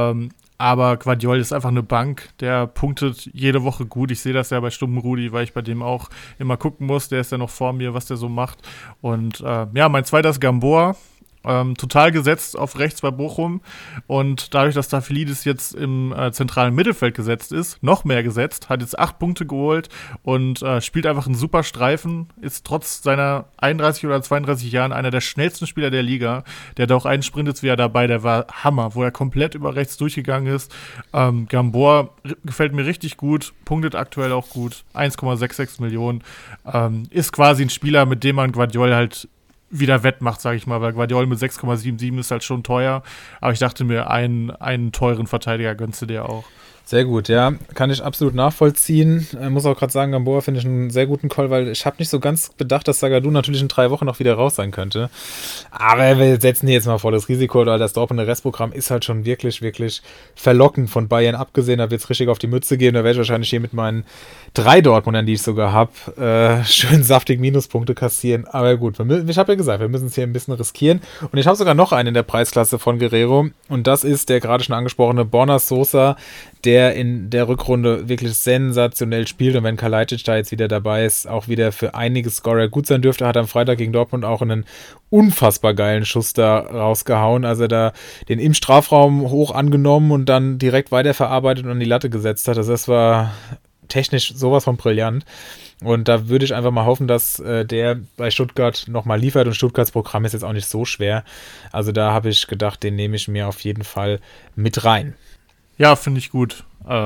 Aber Gvardiol ist einfach eine Bank. Der punktet jede Woche gut. Ich sehe das ja bei Stumpen-Rudi, weil ich bei dem auch immer gucken muss. Der ist ja noch vor mir, was der so macht. Und ja, mein zweiter ist Gamboa. Total gesetzt auf rechts bei Bochum und dadurch, dass Staphylides jetzt im zentralen Mittelfeld gesetzt ist, noch mehr gesetzt, hat jetzt 8 Punkte geholt und spielt einfach einen super Streifen, ist trotz seiner 31 oder 32 Jahren einer der schnellsten Spieler der Liga. Der hat auch einen Sprint jetzt wieder dabei, der war Hammer, wo er komplett über rechts durchgegangen ist. Gamboa gefällt mir richtig gut, punktet aktuell auch gut, 1,66 Millionen. Ist quasi ein Spieler, mit dem man Gvardiol halt wieder wettmacht, sage ich mal, weil Gvardiol mit 6,77 ist halt schon teuer, aber ich dachte mir, einen teuren Verteidiger gönnst du dir auch. Sehr gut, ja, kann ich absolut nachvollziehen. Muss auch gerade sagen, Gamboa finde ich einen sehr guten Call, weil ich habe nicht so ganz bedacht, dass Zagadou natürlich in 3 Wochen noch wieder raus sein könnte. Aber wir setzen hier jetzt mal vor das Risiko, weil das Dortmunder Restprogramm ist halt schon wirklich, wirklich verlockend von Bayern abgesehen. Da wird es richtig auf die Mütze gehen. Da werde ich wahrscheinlich hier mit meinen 3 Dortmundern, die ich sogar habe, schön saftig Minuspunkte kassieren. Aber gut, ich habe ja gesagt, wir müssen es hier ein bisschen riskieren. Und ich habe sogar noch einen in der Preisklasse von Guerrero. Und das ist der gerade schon angesprochene Borna Sosa, der in der Rückrunde wirklich sensationell spielt und wenn Kalajdzic da jetzt wieder dabei ist, auch wieder für einige Scorer gut sein dürfte, hat am Freitag gegen Dortmund auch einen unfassbar geilen Schuss da rausgehauen, also da den im Strafraum hoch angenommen und dann direkt weiterverarbeitet und an die Latte gesetzt hat. Also das war technisch sowas von brillant. Und da würde ich einfach mal hoffen, dass der bei Stuttgart nochmal liefert und Stuttgarts Programm ist jetzt auch nicht so schwer. Also da habe ich gedacht, den nehme ich mir auf jeden Fall mit rein. Ja, finde ich gut.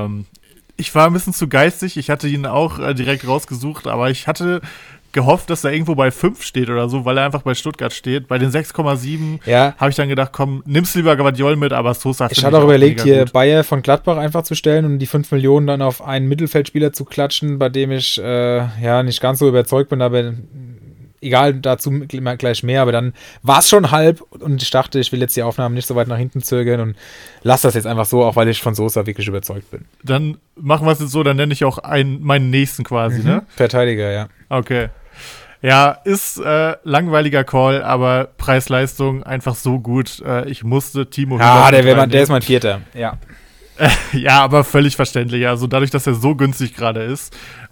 Ich war ein bisschen zu geistig. Ich hatte ihn auch direkt rausgesucht, aber ich hatte gehofft, dass er irgendwo bei 5 steht oder so, weil er einfach bei Stuttgart steht. Bei den 6,7 habe ich dann gedacht, komm, nimmst lieber Gvardiol mit, aber Sosa ich hatte auch überlegt, hier Bayer von Gladbach einfach zu stellen und die 5 Millionen dann auf einen Mittelfeldspieler zu klatschen, bei dem ich nicht ganz so überzeugt bin, aber egal, dazu gleich mehr, aber dann war es schon halb und ich dachte, ich will jetzt die Aufnahmen nicht so weit nach hinten zögern und lass das jetzt einfach so, auch weil ich von Sosa wirklich überzeugt bin. Dann machen wir es jetzt so, dann nenne ich auch meinen nächsten quasi, ne? Verteidiger, ja. Okay. Ja, ist langweiliger Call, aber Preis-Leistung einfach so gut. Ich musste Timo Hübers der ist mein Vierter, ja. Ja, aber völlig verständlich. Also dadurch, dass er so günstig gerade ist,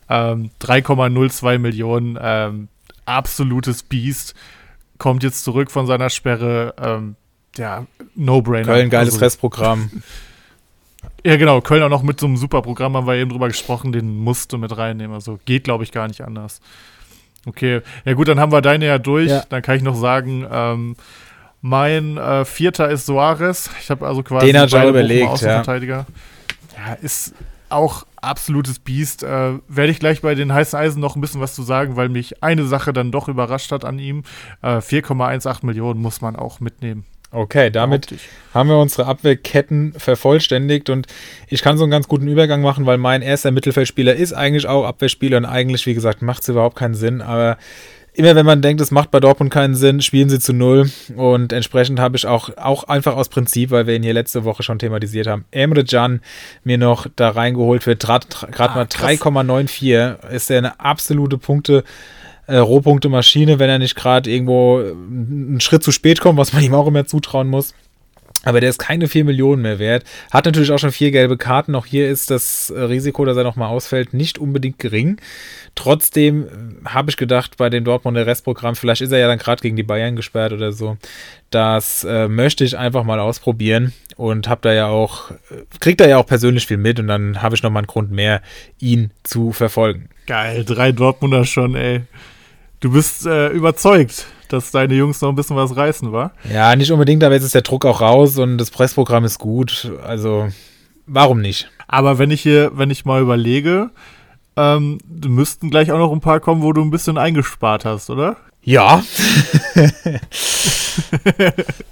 3,02 Millionen, absolutes Biest, kommt jetzt zurück von seiner Sperre, No-Brainer. Köln, geiles Restprogramm. Ja, genau, Köln auch noch mit so einem super Programm, haben wir eben drüber gesprochen, den musst du mit reinnehmen, also geht, glaube ich, gar nicht anders. Okay, ja gut, dann haben wir deine ja durch, dann kann ich noch sagen, mein Vierter ist Soares, ich habe also quasi den hat schon überlegt, Außenverteidiger. Ja, ist auch absolutes Biest. Werde ich gleich bei den heißen Eisen noch ein bisschen was zu sagen, weil mich eine Sache dann doch überrascht hat an ihm. 4,18 Millionen muss man auch mitnehmen. Okay, damit haben wir unsere Abwehrketten vervollständigt und ich kann so einen ganz guten Übergang machen, weil mein erster Mittelfeldspieler ist eigentlich auch Abwehrspieler und eigentlich, wie gesagt, macht es überhaupt keinen Sinn, aber immer wenn man denkt, es macht bei Dortmund keinen Sinn, spielen sie zu 0 und entsprechend habe ich auch einfach aus Prinzip, weil wir ihn hier letzte Woche schon thematisiert haben, Emre Can mir noch da reingeholt für gerade mal 3,94, ist er eine absolute Rohpunkte-Maschine, wenn er nicht gerade irgendwo einen Schritt zu spät kommt, was man ihm auch immer zutrauen muss. Aber der ist keine 4 Millionen mehr wert. Hat natürlich auch schon 4 gelbe Karten. Auch hier ist das Risiko, dass er nochmal ausfällt, nicht unbedingt gering. Trotzdem habe ich gedacht, bei dem Dortmunder Restprogramm, vielleicht ist er ja dann gerade gegen die Bayern gesperrt oder so, das möchte ich einfach mal ausprobieren und kriegt da ja auch persönlich viel mit und dann habe ich nochmal einen Grund mehr, ihn zu verfolgen. Geil, 3 Dortmunder schon, ey. Du bist überzeugt, dass deine Jungs noch ein bisschen was reißen, wa? Ja, nicht unbedingt, aber jetzt ist der Druck auch raus und das Pressprogramm ist gut. Also, warum nicht? Aber wenn ich mal überlege, müssten gleich auch noch ein paar kommen, wo du ein bisschen eingespart hast, oder? Ja.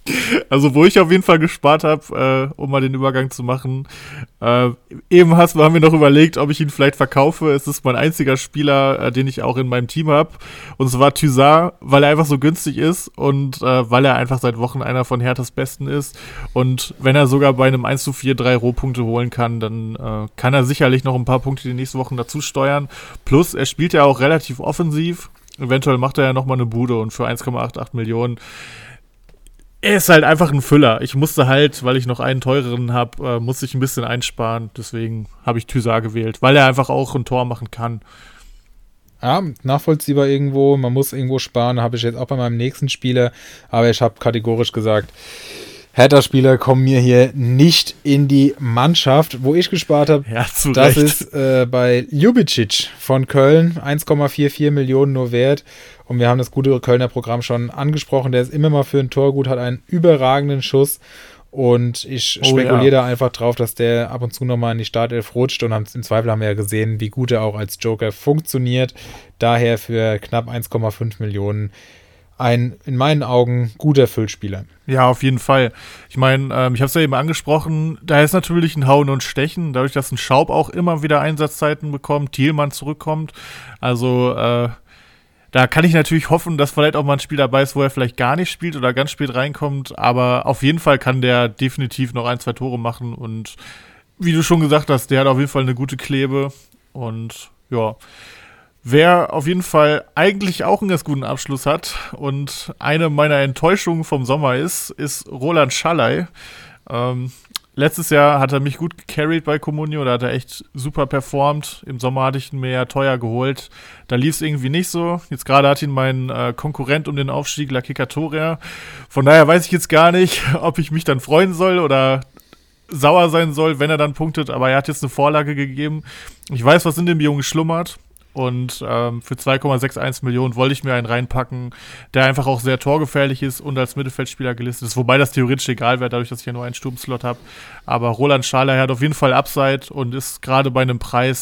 Also, wo ich auf jeden Fall gespart habe, um mal den Übergang zu machen, eben haben wir noch überlegt, ob ich ihn vielleicht verkaufe. Es ist mein einziger Spieler, den ich auch in meinem Team habe. Und zwar Thysar, weil er einfach so günstig ist und weil er einfach seit Wochen einer von Herthas Besten ist. Und wenn er sogar bei einem 1:4 3 Rohpunkte holen kann, dann kann er sicherlich noch ein paar Punkte die nächsten Wochen dazu steuern. Plus, er spielt ja auch relativ offensiv. Eventuell macht er ja nochmal eine Bude und für 1,88 Millionen. Er ist halt einfach ein Füller. Ich musste halt, weil ich noch einen teureren habe, musste ich ein bisschen einsparen. Deswegen habe ich Thysar gewählt, weil er einfach auch ein Tor machen kann. Ja, nachvollziehbar irgendwo. Man muss irgendwo sparen. Habe ich jetzt auch bei meinem nächsten Spieler. Aber ich habe kategorisch gesagt, Hertha-Spieler kommen mir hier nicht in die Mannschaft. Wo ich gespart habe, Ja, zu das Recht. ist bei Ljubicic von Köln. 1,44 Millionen nur wert. Und wir haben das gute Kölner Programm schon angesprochen. Der ist immer mal für ein Tor gut, hat einen überragenden Schuss. Und ich spekuliere da einfach drauf, dass der ab und zu nochmal in die Startelf rutscht. Und im Zweifel haben wir ja gesehen, wie gut er auch als Joker funktioniert. Daher für knapp 1,5 Millionen ein, in meinen Augen, guter Füllspieler. Ja, auf jeden Fall. Ich meine, ich habe es ja eben angesprochen, da ist natürlich ein Hauen und Stechen, dadurch, dass ein Schaub auch immer wieder Einsatzzeiten bekommt, Thielmann zurückkommt. Also, da kann ich natürlich hoffen, dass vielleicht auch mal ein Spiel dabei ist, wo er vielleicht gar nicht spielt oder ganz spät reinkommt. Aber auf jeden Fall kann der definitiv noch 1, 2 Tore machen. Und wie du schon gesagt hast, der hat auf jeden Fall eine gute Klebe. Und ja, wer auf jeden Fall eigentlich auch einen ganz guten Abschluss hat und eine meiner Enttäuschungen vom Sommer ist Roland Schallei. Letztes Jahr hat er mich gut gecarried bei Comunio, da hat er echt super performt. Im Sommer hatte ich ihn mir ja teuer geholt. Da lief es irgendwie nicht so. Jetzt gerade hat ihn mein Konkurrent um den Aufstieg, La Kikatoria. Von daher weiß ich jetzt gar nicht, ob ich mich dann freuen soll oder sauer sein soll, wenn er dann punktet. Aber er hat jetzt eine Vorlage gegeben. Ich weiß, was in dem Jungen schlummert. Und für 2,61 Millionen wollte ich mir einen reinpacken, der einfach auch sehr torgefährlich ist und als Mittelfeldspieler gelistet ist. Wobei das theoretisch egal wäre, dadurch, dass ich ja nur einen Sturmslot habe. Aber Roland Schallei hat auf jeden Fall Upside und ist gerade bei einem Preis,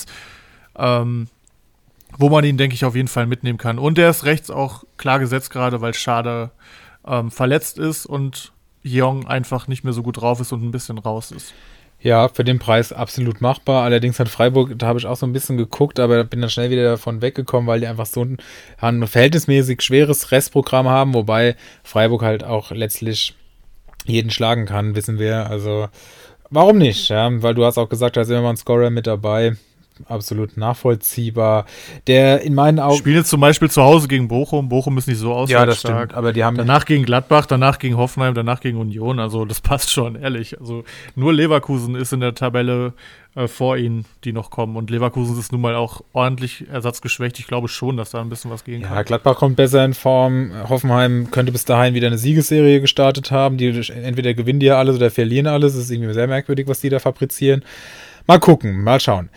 wo man ihn, denke ich, auf jeden Fall mitnehmen kann. Und der ist rechts auch klar gesetzt gerade, weil Schade verletzt ist und Jeong einfach nicht mehr so gut drauf ist und ein bisschen raus ist. Ja, für den Preis absolut machbar. Allerdings hat Freiburg, da habe ich auch so ein bisschen geguckt, aber bin dann schnell wieder davon weggekommen, weil die einfach so ein verhältnismäßig schweres Restprogramm haben, wobei Freiburg halt auch letztlich jeden schlagen kann, wissen wir. Also, warum nicht? Ja, weil du hast auch gesagt, da ist immer mal ein Scorer mit dabei. Absolut nachvollziehbar. Der in meinen Augen. Spielen jetzt zum Beispiel zu Hause gegen Bochum. Bochum ist nicht so Ja, das auswärtsstark. stimmt. Aber die haben Danach gegen Gladbach, danach gegen Hoffenheim, danach gegen Union. Also das passt schon, ehrlich. Also nur Leverkusen ist in der Tabelle vor ihnen, die noch kommen. Und Leverkusen ist nun mal auch ordentlich ersatzgeschwächt. Ich glaube schon, dass da ein bisschen was gehen kann. Ja, Gladbach kommt besser in Form. Hoffenheim könnte bis dahin wieder eine Siegesserie gestartet haben. Die entweder gewinnen die ja alles oder verlieren alles. Das ist irgendwie sehr merkwürdig, was die da fabrizieren. Mal gucken, mal schauen.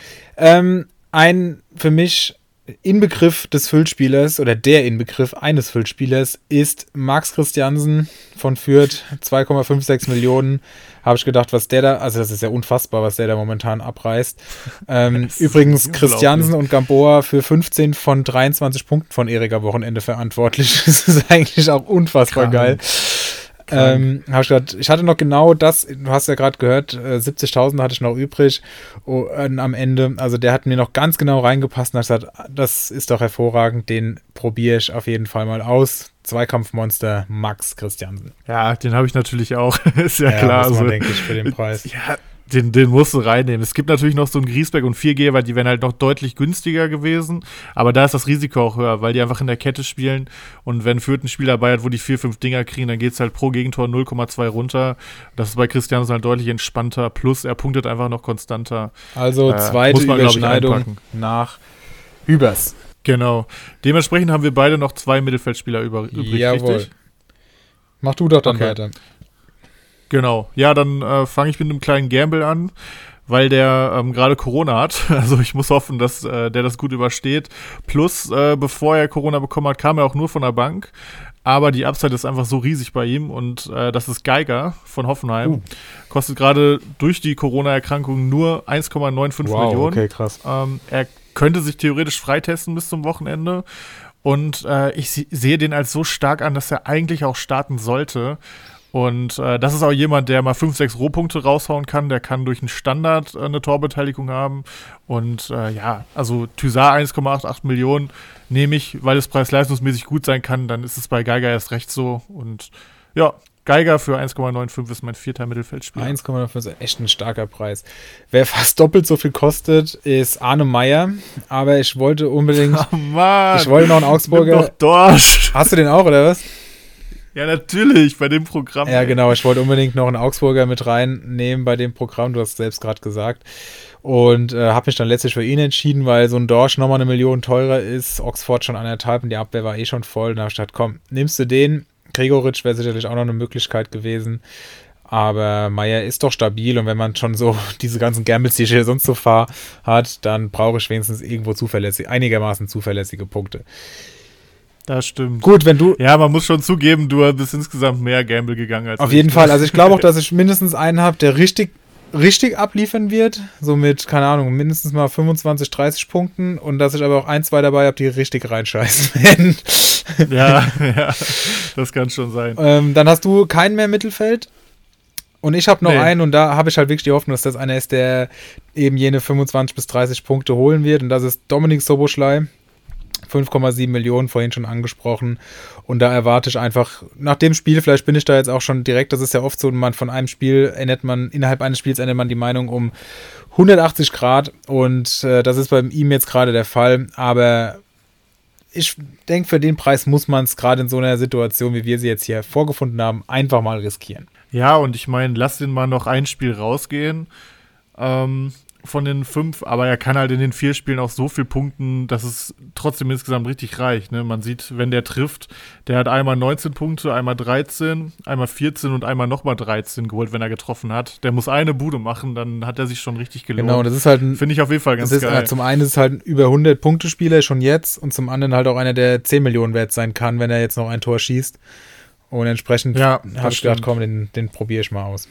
Ein für mich Inbegriff des Füllspielers oder der Inbegriff eines Füllspielers ist Max Christiansen von Fürth, 2,56 Millionen. Habe ich gedacht, was der da, also das ist ja unfassbar, was der da momentan abreißt. Übrigens Christiansen und Gamboa für 15 von 23 Punkten von Erik am Wochenende verantwortlich. Das ist eigentlich auch unfassbar geil. Habe ich gedacht, ich hatte noch genau das, du hast ja gerade gehört, 70.000 hatte ich noch übrig am Ende. Also der hat mir noch ganz genau reingepasst und habe gesagt, das ist doch hervorragend, den probiere ich auf jeden Fall mal aus. Zweikampfmonster Max Christiansen. Ja, den habe ich natürlich auch, ist ja klar. Muss man, also, denke ich, für den Preis. Ja, den musst du reinnehmen. Es gibt natürlich noch so einen Griesbeck und 4G, weil die wären halt noch deutlich günstiger gewesen. Aber da ist das Risiko auch höher, weil die einfach in der Kette spielen. Und wenn Fürth ein Spiel dabei hat, wo die 4, 5 Dinger kriegen, dann geht es halt pro Gegentor 0,2 runter. Das ist bei Christiansen halt deutlich entspannter. Plus er punktet einfach noch konstanter. Also zweite man, Überschneidung nach Hübers. Genau. Dementsprechend haben wir beide noch 2 Mittelfeldspieler übrig, Jawohl. richtig? Mach du doch dann Okay. weiter. Genau. Ja, dann fange ich mit einem kleinen Gamble an, weil der gerade Corona hat. Also ich muss hoffen, dass der das gut übersteht. Plus, bevor er Corona bekommen hat, kam er auch nur von der Bank. Aber die Upside ist einfach so riesig bei ihm und das ist Geiger von Hoffenheim. Kostet gerade durch die Corona-Erkrankung nur 1,95 Millionen. Okay, krass. Er könnte sich theoretisch freitesten bis zum Wochenende. Und ich sehe den als so stark an, dass er eigentlich auch starten sollte. Und das ist auch jemand, der mal 5, 6 Rohpunkte raushauen kann. Der kann durch einen Standard eine Torbeteiligung haben. Und also Thysar 1,88 Millionen nehme ich, weil es preis-leistungsmäßig gut sein kann. Dann ist es bei Geiger erst recht so. Und ja, Geiger für 1,95 ist mein 4. Mittelfeldspieler. 1,95 ist echt ein starker Preis. Wer fast doppelt so viel kostet, ist Arne Meyer. Aber ich wollte unbedingt... Oh Mann! Ich wollte noch einen Augsburger... Nimm doch Dorsch. Hast du den auch, oder was? Ja, natürlich, bei dem Programm. Ja, genau. Ich wollte unbedingt noch einen Augsburger mit reinnehmen bei dem Programm. Du hast es selbst gerade gesagt. Und habe mich dann letztlich für ihn entschieden, weil so ein Dorsch nochmal 1 Million teurer ist. Oxford schon 1,5 und die Abwehr war schon voll. Da habe ich gedacht, komm, nimmst du den. Gregoritsch wäre sicherlich auch noch eine Möglichkeit gewesen. Aber Meyer ist doch stabil und wenn man schon so diese ganzen Gambles, die ich hier sonst so fahre, hat, dann brauche ich wenigstens irgendwo einigermaßen zuverlässige Punkte. Das stimmt. Gut, wenn du... Ja, man muss schon zugeben, du bist insgesamt mehr Gamble gegangen als Auf jeden Fall. Also ich glaube auch, dass ich mindestens einen habe, der richtig abliefern wird. So mit, keine Ahnung, mindestens mal 25, 30 Punkten. Und dass ich aber auch 1, 2 dabei habe, die richtig reinscheißen werden. Ja, das kann schon sein. Dann hast du keinen mehr Mittelfeld. Und ich habe noch einen und da habe ich halt wirklich die Hoffnung, dass das einer ist, der eben jene 25 bis 30 Punkte holen wird. Und das ist Dominik Szoboszlai. 5,7 Millionen, vorhin schon angesprochen. Und da erwarte ich einfach, nach dem Spiel, vielleicht bin ich da jetzt auch schon direkt, das ist ja oft so, innerhalb eines Spiels ändert man die Meinung um 180 Grad und das ist bei ihm jetzt gerade der Fall, aber ich denke, für den Preis muss man es gerade in so einer Situation, wie wir sie jetzt hier vorgefunden haben, einfach mal riskieren. Ja, und ich meine, lass den mal noch ein Spiel rausgehen, von den 5, aber er kann halt in den 4 Spielen auch so viel punkten, dass es trotzdem insgesamt richtig reicht. Ne? Man sieht, wenn der trifft, der hat einmal 19 Punkte, einmal 13, einmal 14 und einmal nochmal 13 geholt, wenn er getroffen hat. Der muss eine Bude machen, dann hat er sich schon richtig gelohnt. Genau, das ist halt finde ich auf jeden Fall ganz geil. Zum einen ist es halt ein über 100-Punkte-Spieler schon jetzt und zum anderen halt auch einer, der 10 Millionen wert sein kann, wenn er jetzt noch ein Tor schießt. Und entsprechend habe ich gedacht, komm, den probiere ich mal aus.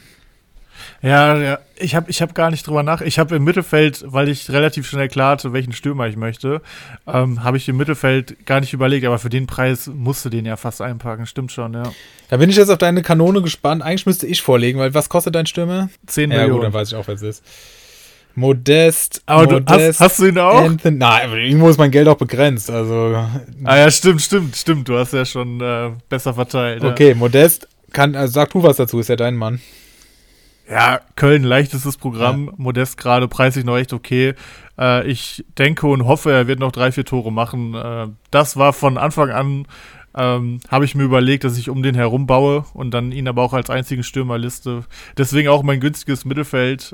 Ja, ich hab gar nicht drüber nach. Ich habe im Mittelfeld, weil ich relativ schnell klar hatte, welchen Stürmer ich möchte, habe ich im Mittelfeld gar nicht überlegt, aber für den Preis musst du den ja fast einpacken, stimmt schon, ja. Da bin ich jetzt auf deine Kanone gespannt. Eigentlich müsste ich vorlegen, weil was kostet dein Stürmer? 10 Millionen. Ja gut, dann weiß ich auch, wer es ist. Modest. Aber hast du ihn auch? Nein, aber irgendwo ist mein Geld auch begrenzt, also. Ah ja, stimmt. Du hast ja schon besser verteilt. Okay, ja. Modest sag du was dazu, ist ja dein Mann. Ja, Köln, leichtestes Programm, ja. Modest gerade, preislich noch echt okay. Ich denke und hoffe, er wird noch 3, 4 Tore machen. Das war von Anfang an, habe ich mir überlegt, dass ich um den herum baue und dann ihn aber auch als einzigen Stürmer liste. Deswegen auch mein günstiges Mittelfeld.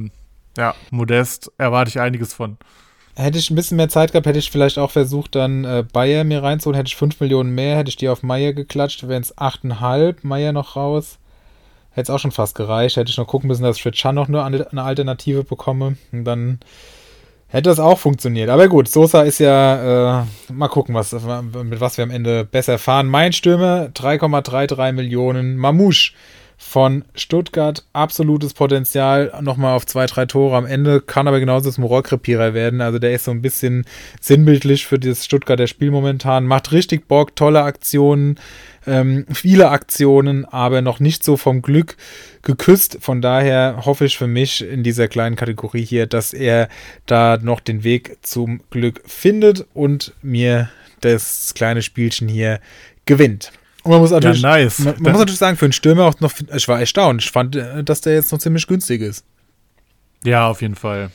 Modest erwarte ich einiges von. Hätte ich ein bisschen mehr Zeit gehabt, hätte ich vielleicht auch versucht, dann Bayer mir reinzuholen. Hätte ich 5 Millionen mehr, hätte ich die auf Meyer geklatscht, wären es 8,5, Meyer noch raus. Hätte es auch schon fast gereicht. Hätte ich noch gucken müssen, dass ich für Can noch eine Alternative bekomme. Und dann hätte das auch funktioniert. Aber gut, Sosa ist ja, mal gucken, mit was wir am Ende besser fahren. Mein Stürmer, 3,33 Millionen. Mamouche von Stuttgart, absolutes Potenzial. Nochmal auf 2, 3 Tore am Ende. Kann aber genauso zum Rohrkrepierer werden. Also der ist so ein bisschen sinnbildlich für das Stuttgarter Spiel momentan. Macht richtig Bock, tolle Aktionen. Viele Aktionen, aber noch nicht so vom Glück geküsst. Von daher hoffe ich für mich in dieser kleinen Kategorie hier, dass er da noch den Weg zum Glück findet und mir das kleine Spielchen hier gewinnt. Und man muss natürlich, man muss natürlich sagen, für einen Stürmer auch noch, ich war erstaunt. Ich fand, dass der jetzt noch ziemlich günstig ist. Ja, auf jeden Fall.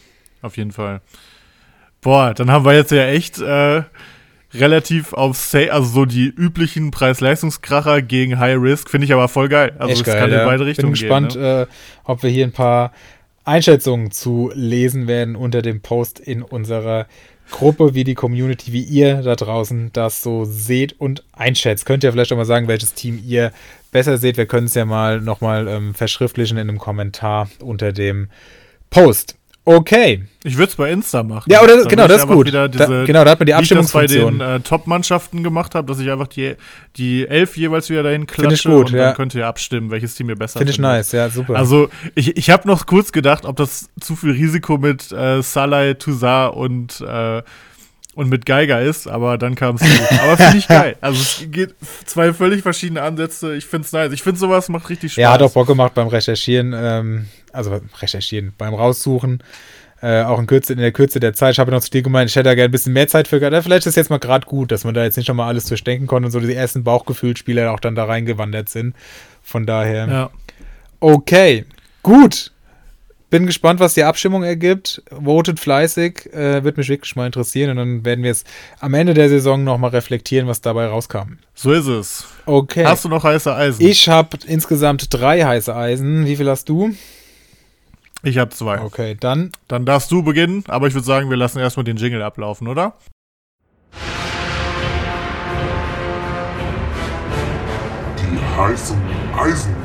Boah, dann haben wir jetzt ja echt relativ auf Safe, also so die üblichen Preis-Leistungskracher gegen High Risk, finde ich aber voll geil. Also es kann in beide Richtungen gehen. Bin gespannt, ob wir hier ein paar Einschätzungen zu lesen werden unter dem Post in unserer Gruppe, wie die Community, wie ihr da draußen das so seht und einschätzt. Könnt ihr vielleicht auch mal sagen, welches Team ihr besser seht. Wir können es ja mal nochmal verschriftlichen in einem Kommentar unter dem Post. Okay. Ich würde es bei Insta machen. Ja, oder genau, das ist gut. Da hat man die Abstimmungsfunktion. Wie ich das bei den Top-Mannschaften gemacht habe, dass ich einfach die 11 jeweils wieder dahin klatsche. Finde ich gut, und dann könnt ihr abstimmen, welches Team ihr besser findet. Finde ich nice, ja, super. Also, ich habe noch kurz gedacht, ob das zu viel Risiko mit Salah, Toussaint und mit Geiger ist, aber dann kam es nicht. Aber finde ich geil. Also es geht zwei völlig verschiedene Ansätze. Ich finde es nice. Ich finde sowas macht richtig Spaß. Ja, hat auch Bock gemacht beim Recherchieren, beim Raussuchen. Auch in der Kürze der Zeit. Ich habe noch zu dir gemeint, ich hätte da gerne ein bisschen mehr Zeit für gehabt. Vielleicht ist es jetzt mal gerade gut, dass man da jetzt nicht nochmal alles durchdenken konnte und so die ersten Bauchgefühlspieler auch dann da reingewandert sind. Von daher. Ja. Okay, gut. Bin gespannt, was die Abstimmung ergibt. Votet fleißig. Wird mich wirklich mal interessieren. Und dann werden wir es am Ende der Saison nochmal reflektieren, was dabei rauskam. So ist es. Okay. Hast du noch heiße Eisen? Ich habe insgesamt 3 heiße Eisen. Wie viel hast du? Ich habe 2. Okay, dann. Dann darfst du beginnen, aber ich würde sagen, wir lassen erstmal den Jingle ablaufen, oder? Die heißen Eisen.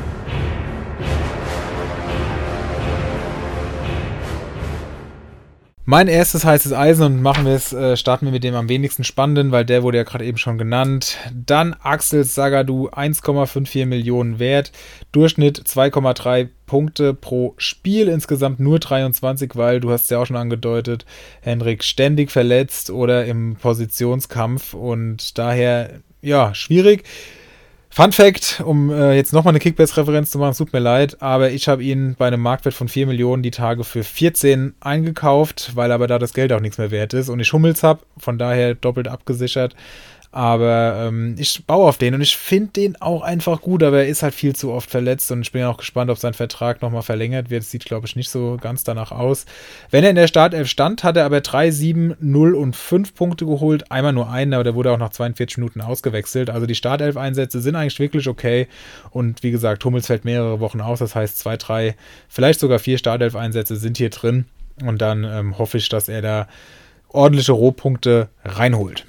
Mein erstes heißes Eisen und starten wir mit dem am wenigsten spannenden, weil der wurde ja gerade eben schon genannt. Dann Axel Zagadou, 1,54 Millionen wert, Durchschnitt 2,3 Punkte pro Spiel, insgesamt nur 23, weil, du hast es ja auch schon angedeutet, Henrik ständig verletzt oder im Positionskampf und daher, ja, schwierig. Fun Fact, um jetzt nochmal eine Kickbase-Referenz zu machen, es tut mir leid, aber ich habe ihn bei einem Marktwert von 4 Millionen die Tage für 14 eingekauft, weil aber da das Geld auch nichts mehr wert ist und ich Hummels habe, von daher doppelt abgesichert. Aber ich baue auf den und ich finde den auch einfach gut, aber er ist halt viel zu oft verletzt und ich bin ja auch gespannt, ob sein Vertrag nochmal verlängert wird. Das sieht, glaube ich, nicht so ganz danach aus. Wenn er in der Startelf stand, hat er aber 3, 7, 0 und 5 Punkte geholt. Einmal nur einen, aber der wurde auch nach 42 Minuten ausgewechselt. Also die Startelf-Einsätze sind eigentlich wirklich okay und wie gesagt, Hummels fällt mehrere Wochen aus. Das heißt 2, 3, vielleicht sogar 4 Startelf-Einsätze sind hier drin und dann hoffe ich, dass er da ordentliche Rohpunkte reinholt.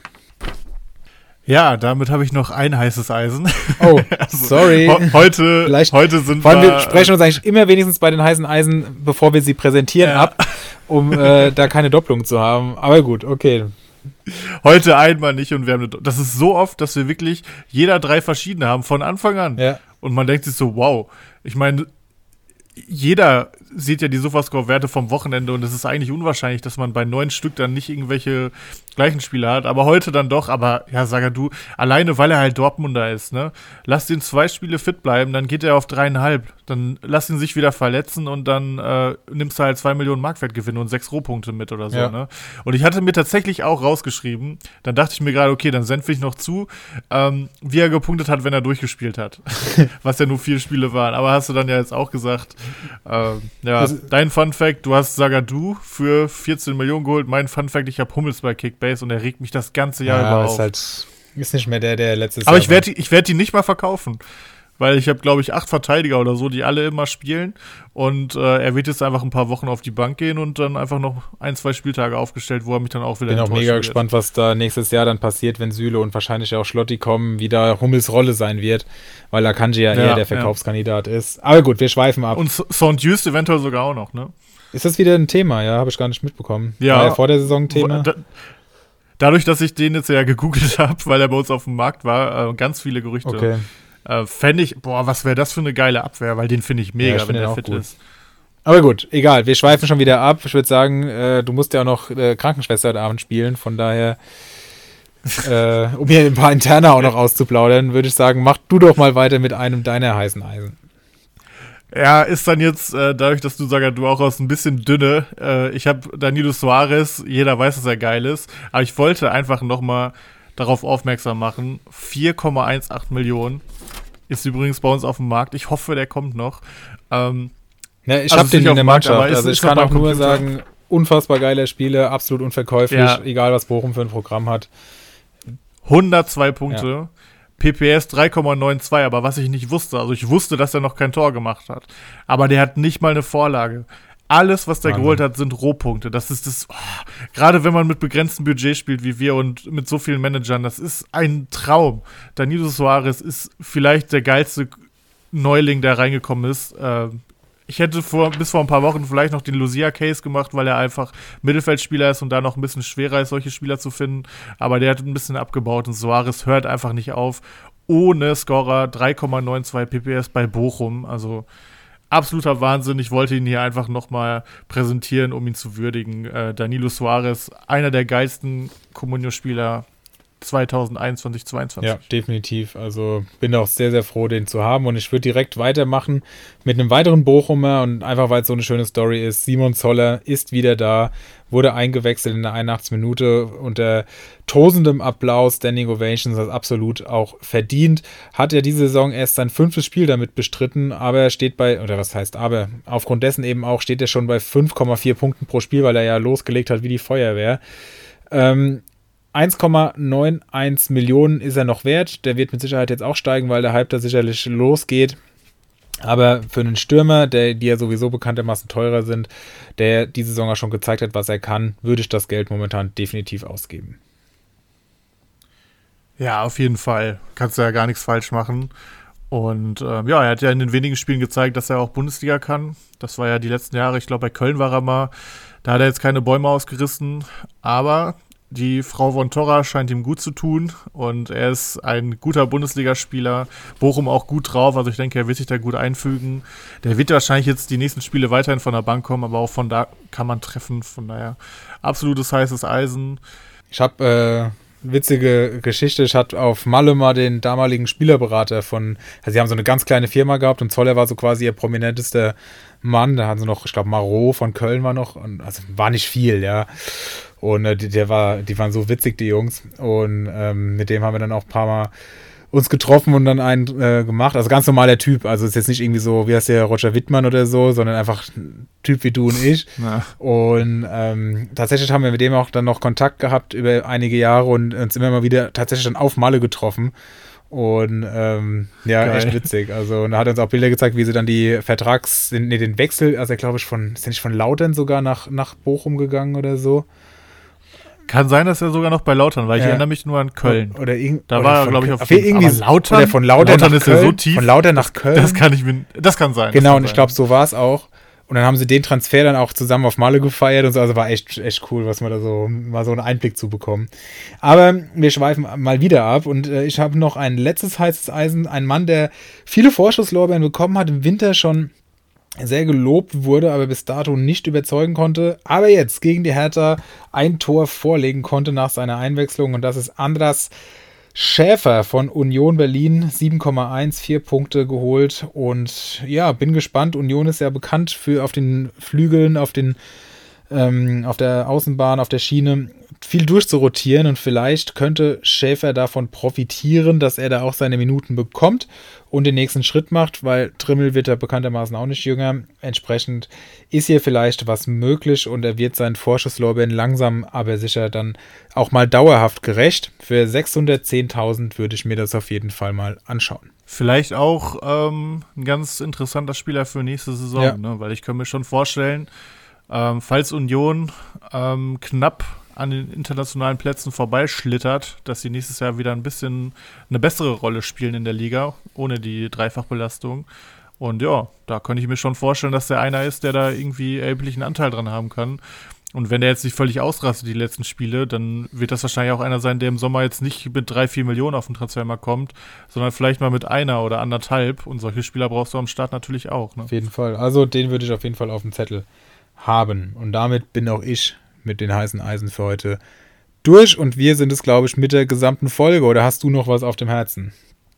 Ja, damit habe ich noch ein heißes Eisen. Oh, sorry. Heute sind vor allem wir sprechen uns eigentlich immer wenigstens bei den heißen Eisen, bevor wir sie präsentieren, ab, um da keine Doppelung zu haben. Aber gut, okay. Heute einmal nicht und wir haben das ist so oft, dass wir wirklich jeder 3 verschiedene haben von Anfang an. Ja. Und man denkt sich so, wow. Ich meine, jeder sieht ja die Sofascore-Werte vom Wochenende und es ist eigentlich unwahrscheinlich, dass man bei 9 Stück dann nicht irgendwelche gleichen Spieler hat, aber heute dann doch, aber ja, Zagadou, alleine weil er halt Dortmunder ist, ne? Lass ihn 2 Spiele fit bleiben, dann geht er auf 3,5, dann lass ihn sich wieder verletzen und dann nimmst du halt 2 Millionen Marktwertgewinn und 6 Rohpunkte mit oder so, ne? Und ich hatte mir tatsächlich auch rausgeschrieben, dann dachte ich mir gerade, okay, dann senfe ich noch zu, wie er gepunktet hat, wenn er durchgespielt hat, was ja nur 4 Spiele waren, aber hast du dann ja jetzt auch gesagt, ja, dein Fun-Fact, du hast Zagadou für 14 Millionen geholt, mein Fun-Fact, ich habe Hummels bei Kickbase und er regt mich das ganze Jahr über auf. Ist nicht mehr der letztes Aber Jahr ich werd die nicht mal verkaufen, weil ich habe, glaube ich, 8 Verteidiger oder so, die alle immer spielen und er wird jetzt einfach ein paar Wochen auf die Bank gehen und dann einfach noch 1, 2 Spieltage aufgestellt, wo er mich dann auch wieder enttäuscht wird. Bin auch mega gespannt, was da nächstes Jahr dann passiert, wenn Süle und wahrscheinlich auch Schlotti kommen, wie da Hummels Rolle sein wird, weil Akanji ja eher der Verkaufskandidat ist. Aber gut, wir schweifen ab. Und Saint-Just eventuell sogar auch noch, ne? Ist das wieder ein Thema? Ja, habe ich gar nicht mitbekommen. Ja. War ja vor der Saison ein Thema. Dadurch, dass ich den jetzt ja gegoogelt habe, weil er bei uns auf dem Markt war, ganz viele Gerüchte. Okay. Fände ich, was wäre das für eine geile Abwehr, weil den finde ich mega, wenn der fit ist. Aber gut, egal, wir schweifen schon wieder ab. Ich würde sagen, du musst ja auch noch Krankenschwester heute Abend spielen, von daher, um hier ein paar Interne auch noch auszuplaudern, würde ich sagen, mach du doch mal weiter mit einem deiner heißen Eisen. Ja, ist dann jetzt, dadurch, dass du Zagadou auch aus ein bisschen dünne, ich habe Danilo Suarez, jeder weiß, dass er geil ist, aber ich wollte einfach noch mal darauf aufmerksam machen, 4,18 Millionen ist übrigens bei uns auf dem Markt, ich hoffe, der kommt noch. Ja, ich habe den in der Mannschaft, also ich kann auch nur sagen, unfassbar geiler Spieler, absolut unverkäuflich, egal was Bochum für ein Programm hat. 102 Punkte. PPS 3,92, aber was ich nicht wusste, also ich wusste, dass er noch kein Tor gemacht hat, aber der hat nicht mal eine Vorlage. Alles, was der geholt hat, sind Rohpunkte. Das ist das, gerade wenn man mit begrenztem Budget spielt wie wir und mit so vielen Managern, das ist ein Traum. Danilo Suarez ist vielleicht der geilste Neuling, der reingekommen ist. Ich hätte bis vor ein paar Wochen vielleicht noch den Lucia-Case gemacht, weil er einfach Mittelfeldspieler ist und da noch ein bisschen schwerer ist, solche Spieler zu finden. Aber der hat ein bisschen abgebaut und Suarez hört einfach nicht auf. Ohne Scorer 3,92 PPS bei Bochum. Also absoluter Wahnsinn. Ich wollte ihn hier einfach nochmal präsentieren, um ihn zu würdigen. Danilo Suarez, einer der geilsten Comunio-Spieler 2021, 2022. Ja, definitiv. Also bin auch sehr, sehr froh, den zu haben. Und ich würde direkt weitermachen mit einem weiteren Bochumer. Und einfach, weil es so eine schöne Story ist. Simon Zoller ist wieder da, wurde eingewechselt in der 81. Minute unter tosendem Applaus, Standing Ovations, das absolut auch verdient. Hat er diese Saison erst sein 5. Spiel damit bestritten, aber er steht aufgrund dessen eben auch steht er schon bei 5,4 Punkten pro Spiel, weil er ja losgelegt hat wie die Feuerwehr. 1,91 Millionen ist er noch wert. Der wird mit Sicherheit jetzt auch steigen, weil der Hype da sicherlich losgeht. Aber für einen Stürmer, die ja sowieso bekanntermaßen teurer sind, der diese Saison auch schon gezeigt hat, was er kann, würde ich das Geld momentan definitiv ausgeben. Ja, auf jeden Fall. Kannst du ja gar nichts falsch machen. Und er hat ja in den wenigen Spielen gezeigt, dass er auch Bundesliga kann. Das war ja die letzten Jahre. Ich glaube, bei Köln war er mal. Da hat er jetzt keine Bäume ausgerissen. Aber die Frau von Torra scheint ihm gut zu tun und er ist ein guter Bundesligaspieler. Bochum auch gut drauf, also ich denke, er wird sich da gut einfügen. Der wird wahrscheinlich jetzt die nächsten Spiele weiterhin von der Bank kommen, aber auch von da kann man treffen. Von daher absolutes heißes Eisen. Ich habe witzige Geschichte. Ich hatte auf Malle mal den damaligen Spielerberater sie haben so eine ganz kleine Firma gehabt und Zoller war so quasi ihr prominentester Mann. Da hatten sie noch, ich glaube, Marot von Köln war noch, also war nicht viel, ja. Und die waren so witzig, die Jungs. Und mit dem haben wir dann auch ein paar Mal uns getroffen und dann einen gemacht. Also ganz normaler Typ. Also ist jetzt nicht irgendwie so, wie heißt der, Roger Wittmann oder so, sondern einfach ein Typ wie du und ich. Ja. Und tatsächlich haben wir mit dem auch dann noch Kontakt gehabt über einige Jahre und uns immer mal wieder tatsächlich dann auf Malle getroffen. Und geil. Echt witzig. Also und er hat uns auch Bilder gezeigt, wie sie dann den Wechsel, also glaube ich ist er nicht von Lautern sogar nach Bochum gegangen oder so. Kann sein, dass er sogar noch bei Lautern war. Ich erinnere mich nur an Köln. Da war er, glaube ich, auf irgendwie Lautern. Oder von Lautern nach ist Köln. Ja so tief. Von Lautern nach Köln. Das kann sein. Genau, und ich glaube, so war es auch. Und dann haben sie den Transfer dann auch zusammen auf Malle gefeiert und so. Also war echt cool, was man da so, mal so einen Einblick zu bekommen. Aber wir schweifen mal wieder ab und ich habe noch ein letztes heißes Eisen. Ein Mann, der viele Vorschusslorbeeren bekommen hat, im Winter schon sehr gelobt wurde, aber bis dato nicht überzeugen konnte, aber jetzt gegen die Hertha ein Tor vorlegen konnte nach seiner Einwechslung und das ist Andras Schäfer von Union Berlin, 7,14 Punkte geholt und ja, bin gespannt. Union ist ja bekannt für auf den Flügeln, auf der Außenbahn, auf der Schiene viel durchzurotieren und vielleicht könnte Schäfer davon profitieren, dass er da auch seine Minuten bekommt und den nächsten Schritt macht, weil Trimmel wird ja bekanntermaßen auch nicht jünger. Entsprechend ist hier vielleicht was möglich und er wird seinen Vorschusslorbeeren langsam, aber sicher dann auch mal dauerhaft gerecht. Für 610.000 würde ich mir das auf jeden Fall mal anschauen. Vielleicht auch ein ganz interessanter Spieler für nächste Saison, ja. Ne? Weil ich kann mir schon vorstellen, falls Union knapp an den internationalen Plätzen vorbeischlittert, dass sie nächstes Jahr wieder ein bisschen eine bessere Rolle spielen in der Liga, ohne die Dreifachbelastung. Und ja, da könnte ich mir schon vorstellen, dass der einer ist, der da irgendwie erheblichen Anteil dran haben kann. Und wenn der jetzt nicht völlig ausrastet, die letzten Spiele, dann wird das wahrscheinlich auch einer sein, der im Sommer jetzt nicht mit 3-4 Millionen auf den Transfermarkt kommt, sondern vielleicht mal mit 1 oder 1,5. Und solche Spieler brauchst du am Start natürlich auch. Ne? Auf jeden Fall. Also den würde ich auf jeden Fall auf dem Zettel haben. Und damit bin auch ich mit den heißen Eisen für heute durch. Und wir sind es, glaube ich, mit der gesamten Folge. Oder hast du noch was auf dem Herzen?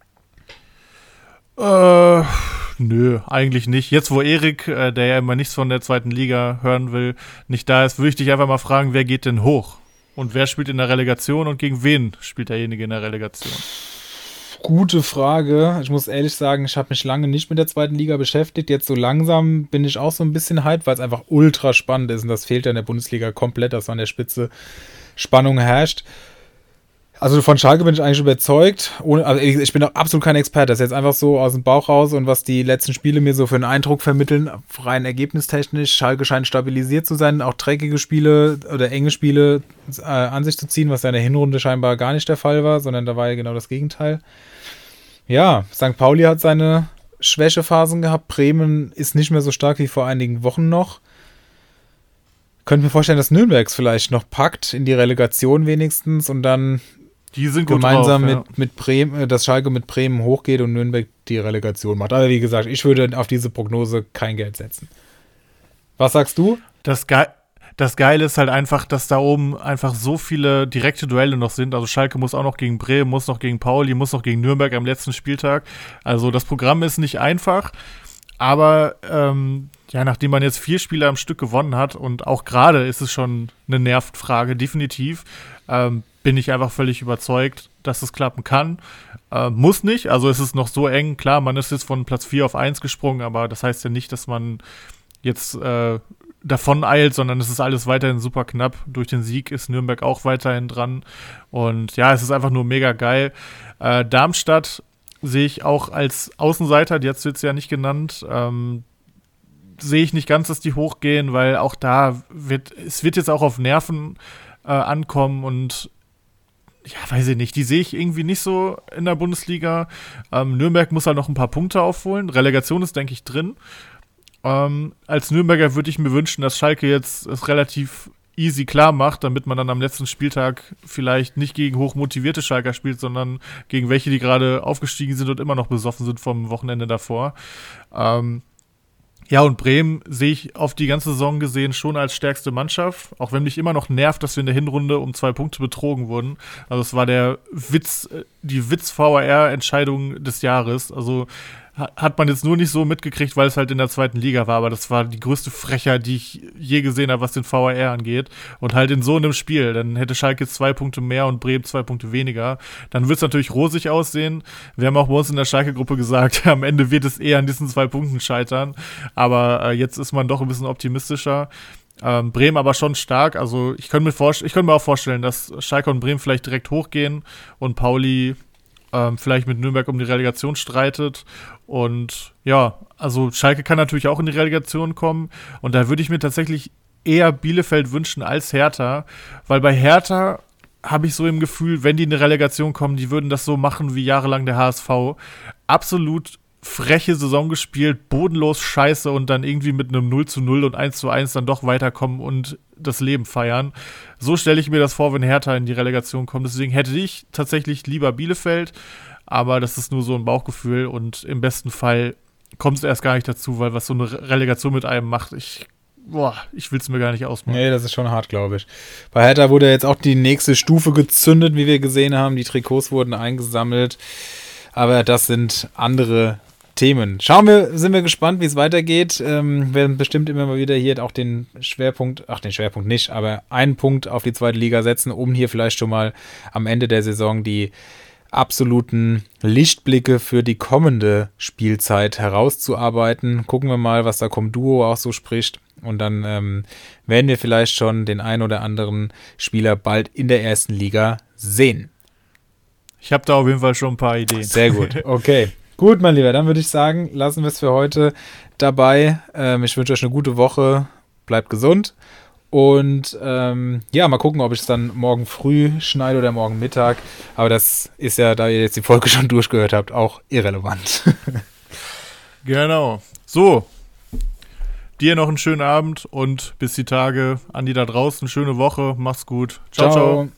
Nö, eigentlich nicht. Jetzt, wo Erik, der ja immer nichts von der zweiten Liga hören will, nicht da ist, würde ich dich einfach mal fragen, wer geht denn hoch? Und wer spielt in der Relegation und gegen wen spielt derjenige in der Relegation? Gute Frage. Ich muss ehrlich sagen, ich habe mich lange nicht mit der zweiten Liga beschäftigt. Jetzt so langsam bin ich auch so ein bisschen hyped, weil es einfach ultra spannend ist und das fehlt ja in der Bundesliga komplett, dass an der Spitze Spannung herrscht. Also von Schalke bin ich eigentlich überzeugt. Also ich bin auch absolut kein Experte. Das ist jetzt einfach so aus dem Bauch raus und was die letzten Spiele mir so für einen Eindruck vermitteln, rein ergebnistechnisch. Schalke scheint stabilisiert zu sein, auch dreckige Spiele oder enge Spiele an sich zu ziehen, was ja in der Hinrunde scheinbar gar nicht der Fall war, sondern da war ja genau das Gegenteil. Ja, St. Pauli hat seine Schwächephasen gehabt. Bremen ist nicht mehr so stark wie vor einigen Wochen noch. Könnte mir vorstellen, dass Nürnberg es vielleicht noch packt, in die Relegation wenigstens und dann Die sind gut gemeinsam drauf, mit Bremen, dass Schalke mit Bremen hochgeht und Nürnberg die Relegation macht. Aber wie gesagt, ich würde auf diese Prognose kein Geld setzen. Was sagst du? Das Geile ist halt einfach, dass da oben einfach so viele direkte Duelle noch sind. Also Schalke muss auch noch gegen Bremen, muss noch gegen Pauli, muss noch gegen Nürnberg am letzten Spieltag. Also das Programm ist nicht einfach. Aber nachdem man jetzt 4 Spiele am Stück gewonnen hat und auch gerade ist es schon eine Nervenfrage, definitiv, bin ich einfach völlig überzeugt, dass es klappen kann. Muss nicht, also es ist noch so eng. Klar, man ist jetzt von Platz 4 auf 1 gesprungen, aber das heißt ja nicht, dass man jetzt davon eilt, sondern es ist alles weiterhin super knapp. Durch den Sieg ist Nürnberg auch weiterhin dran. Und ja, es ist einfach nur mega geil. Darmstadt sehe ich auch als Außenseiter, die jetzt ja nicht genannt, sehe ich nicht ganz, dass die hochgehen, weil auch da wird jetzt auch auf Nerven ankommen und ja, weiß ich nicht, die sehe ich irgendwie nicht so in der Bundesliga. Nürnberg muss halt noch ein paar Punkte aufholen. Relegation ist, denke ich, drin. Als Nürnberger würde ich mir wünschen, dass Schalke jetzt es relativ easy klar macht, damit man dann am letzten Spieltag vielleicht nicht gegen hochmotivierte Schalker spielt, sondern gegen welche, die gerade aufgestiegen sind und immer noch besoffen sind vom Wochenende davor. Ja, und Bremen sehe ich auf die ganze Saison gesehen schon als stärkste Mannschaft, auch wenn mich immer noch nervt, dass wir in der Hinrunde um 2 Punkte betrogen wurden. Also es war die Witz-VAR-Entscheidung des Jahres. Also hat man jetzt nur nicht so mitgekriegt, weil es halt in der 2. Liga war, aber das war die größte Frechheit, die ich je gesehen habe, was den VAR angeht. Und halt in so einem Spiel, dann hätte Schalke jetzt 2 Punkte mehr und Bremen 2 Punkte weniger. Dann wird es natürlich rosig aussehen. Wir haben auch bei uns in der Schalke-Gruppe gesagt, am Ende wird es eher an diesen 2 Punkten scheitern. Aber jetzt ist man doch ein bisschen optimistischer. Bremen aber schon stark. Also ich könnte mir auch vorstellen, dass Schalke und Bremen vielleicht direkt hochgehen und Pauli vielleicht mit Nürnberg um die Relegation streitet. Und ja, also Schalke kann natürlich auch in die Relegation kommen. Und da würde ich mir tatsächlich eher Bielefeld wünschen als Hertha. Weil bei Hertha habe ich so im Gefühl, wenn die in die Relegation kommen, die würden das so machen wie jahrelang der HSV. Absolut freche Saison gespielt, bodenlos scheiße und dann irgendwie mit einem 0:0 und 1:1 dann doch weiterkommen und das Leben feiern. So stelle ich mir das vor, wenn Hertha in die Relegation kommt. Deswegen hätte ich tatsächlich lieber Bielefeld, aber das ist nur so ein Bauchgefühl und im besten Fall kommt es erst gar nicht dazu, weil was so eine Relegation mit einem macht, ich will es mir gar nicht ausmalen. Nee, das ist schon hart, glaube ich. Bei Hertha wurde jetzt auch die nächste Stufe gezündet, wie wir gesehen haben. Die Trikots wurden eingesammelt, aber das sind andere Themen. Sind wir gespannt, wie es weitergeht. Werden bestimmt immer mal wieder hier auch den Schwerpunkt nicht, aber einen Punkt auf die 2. Liga setzen, um hier vielleicht schon mal am Ende der Saison die absoluten Lichtblicke für die kommende Spielzeit herauszuarbeiten. Gucken wir mal, was da Comduo auch so spricht. Und dann werden wir vielleicht schon den ein oder anderen Spieler bald in der 1. Liga sehen. Ich habe da auf jeden Fall schon ein paar Ideen. Sehr gut, okay. Gut, mein Lieber, dann würde ich sagen, lassen wir es für heute dabei. Ich wünsche euch eine gute Woche, bleibt gesund und mal gucken, ob ich es dann morgen früh schneide oder morgen Mittag. Aber das ist ja, da ihr jetzt die Folge schon durchgehört habt, auch irrelevant. Genau. So, dir noch einen schönen Abend und bis die Tage. Andi da draußen, schöne Woche, mach's gut. Ciao, ciao.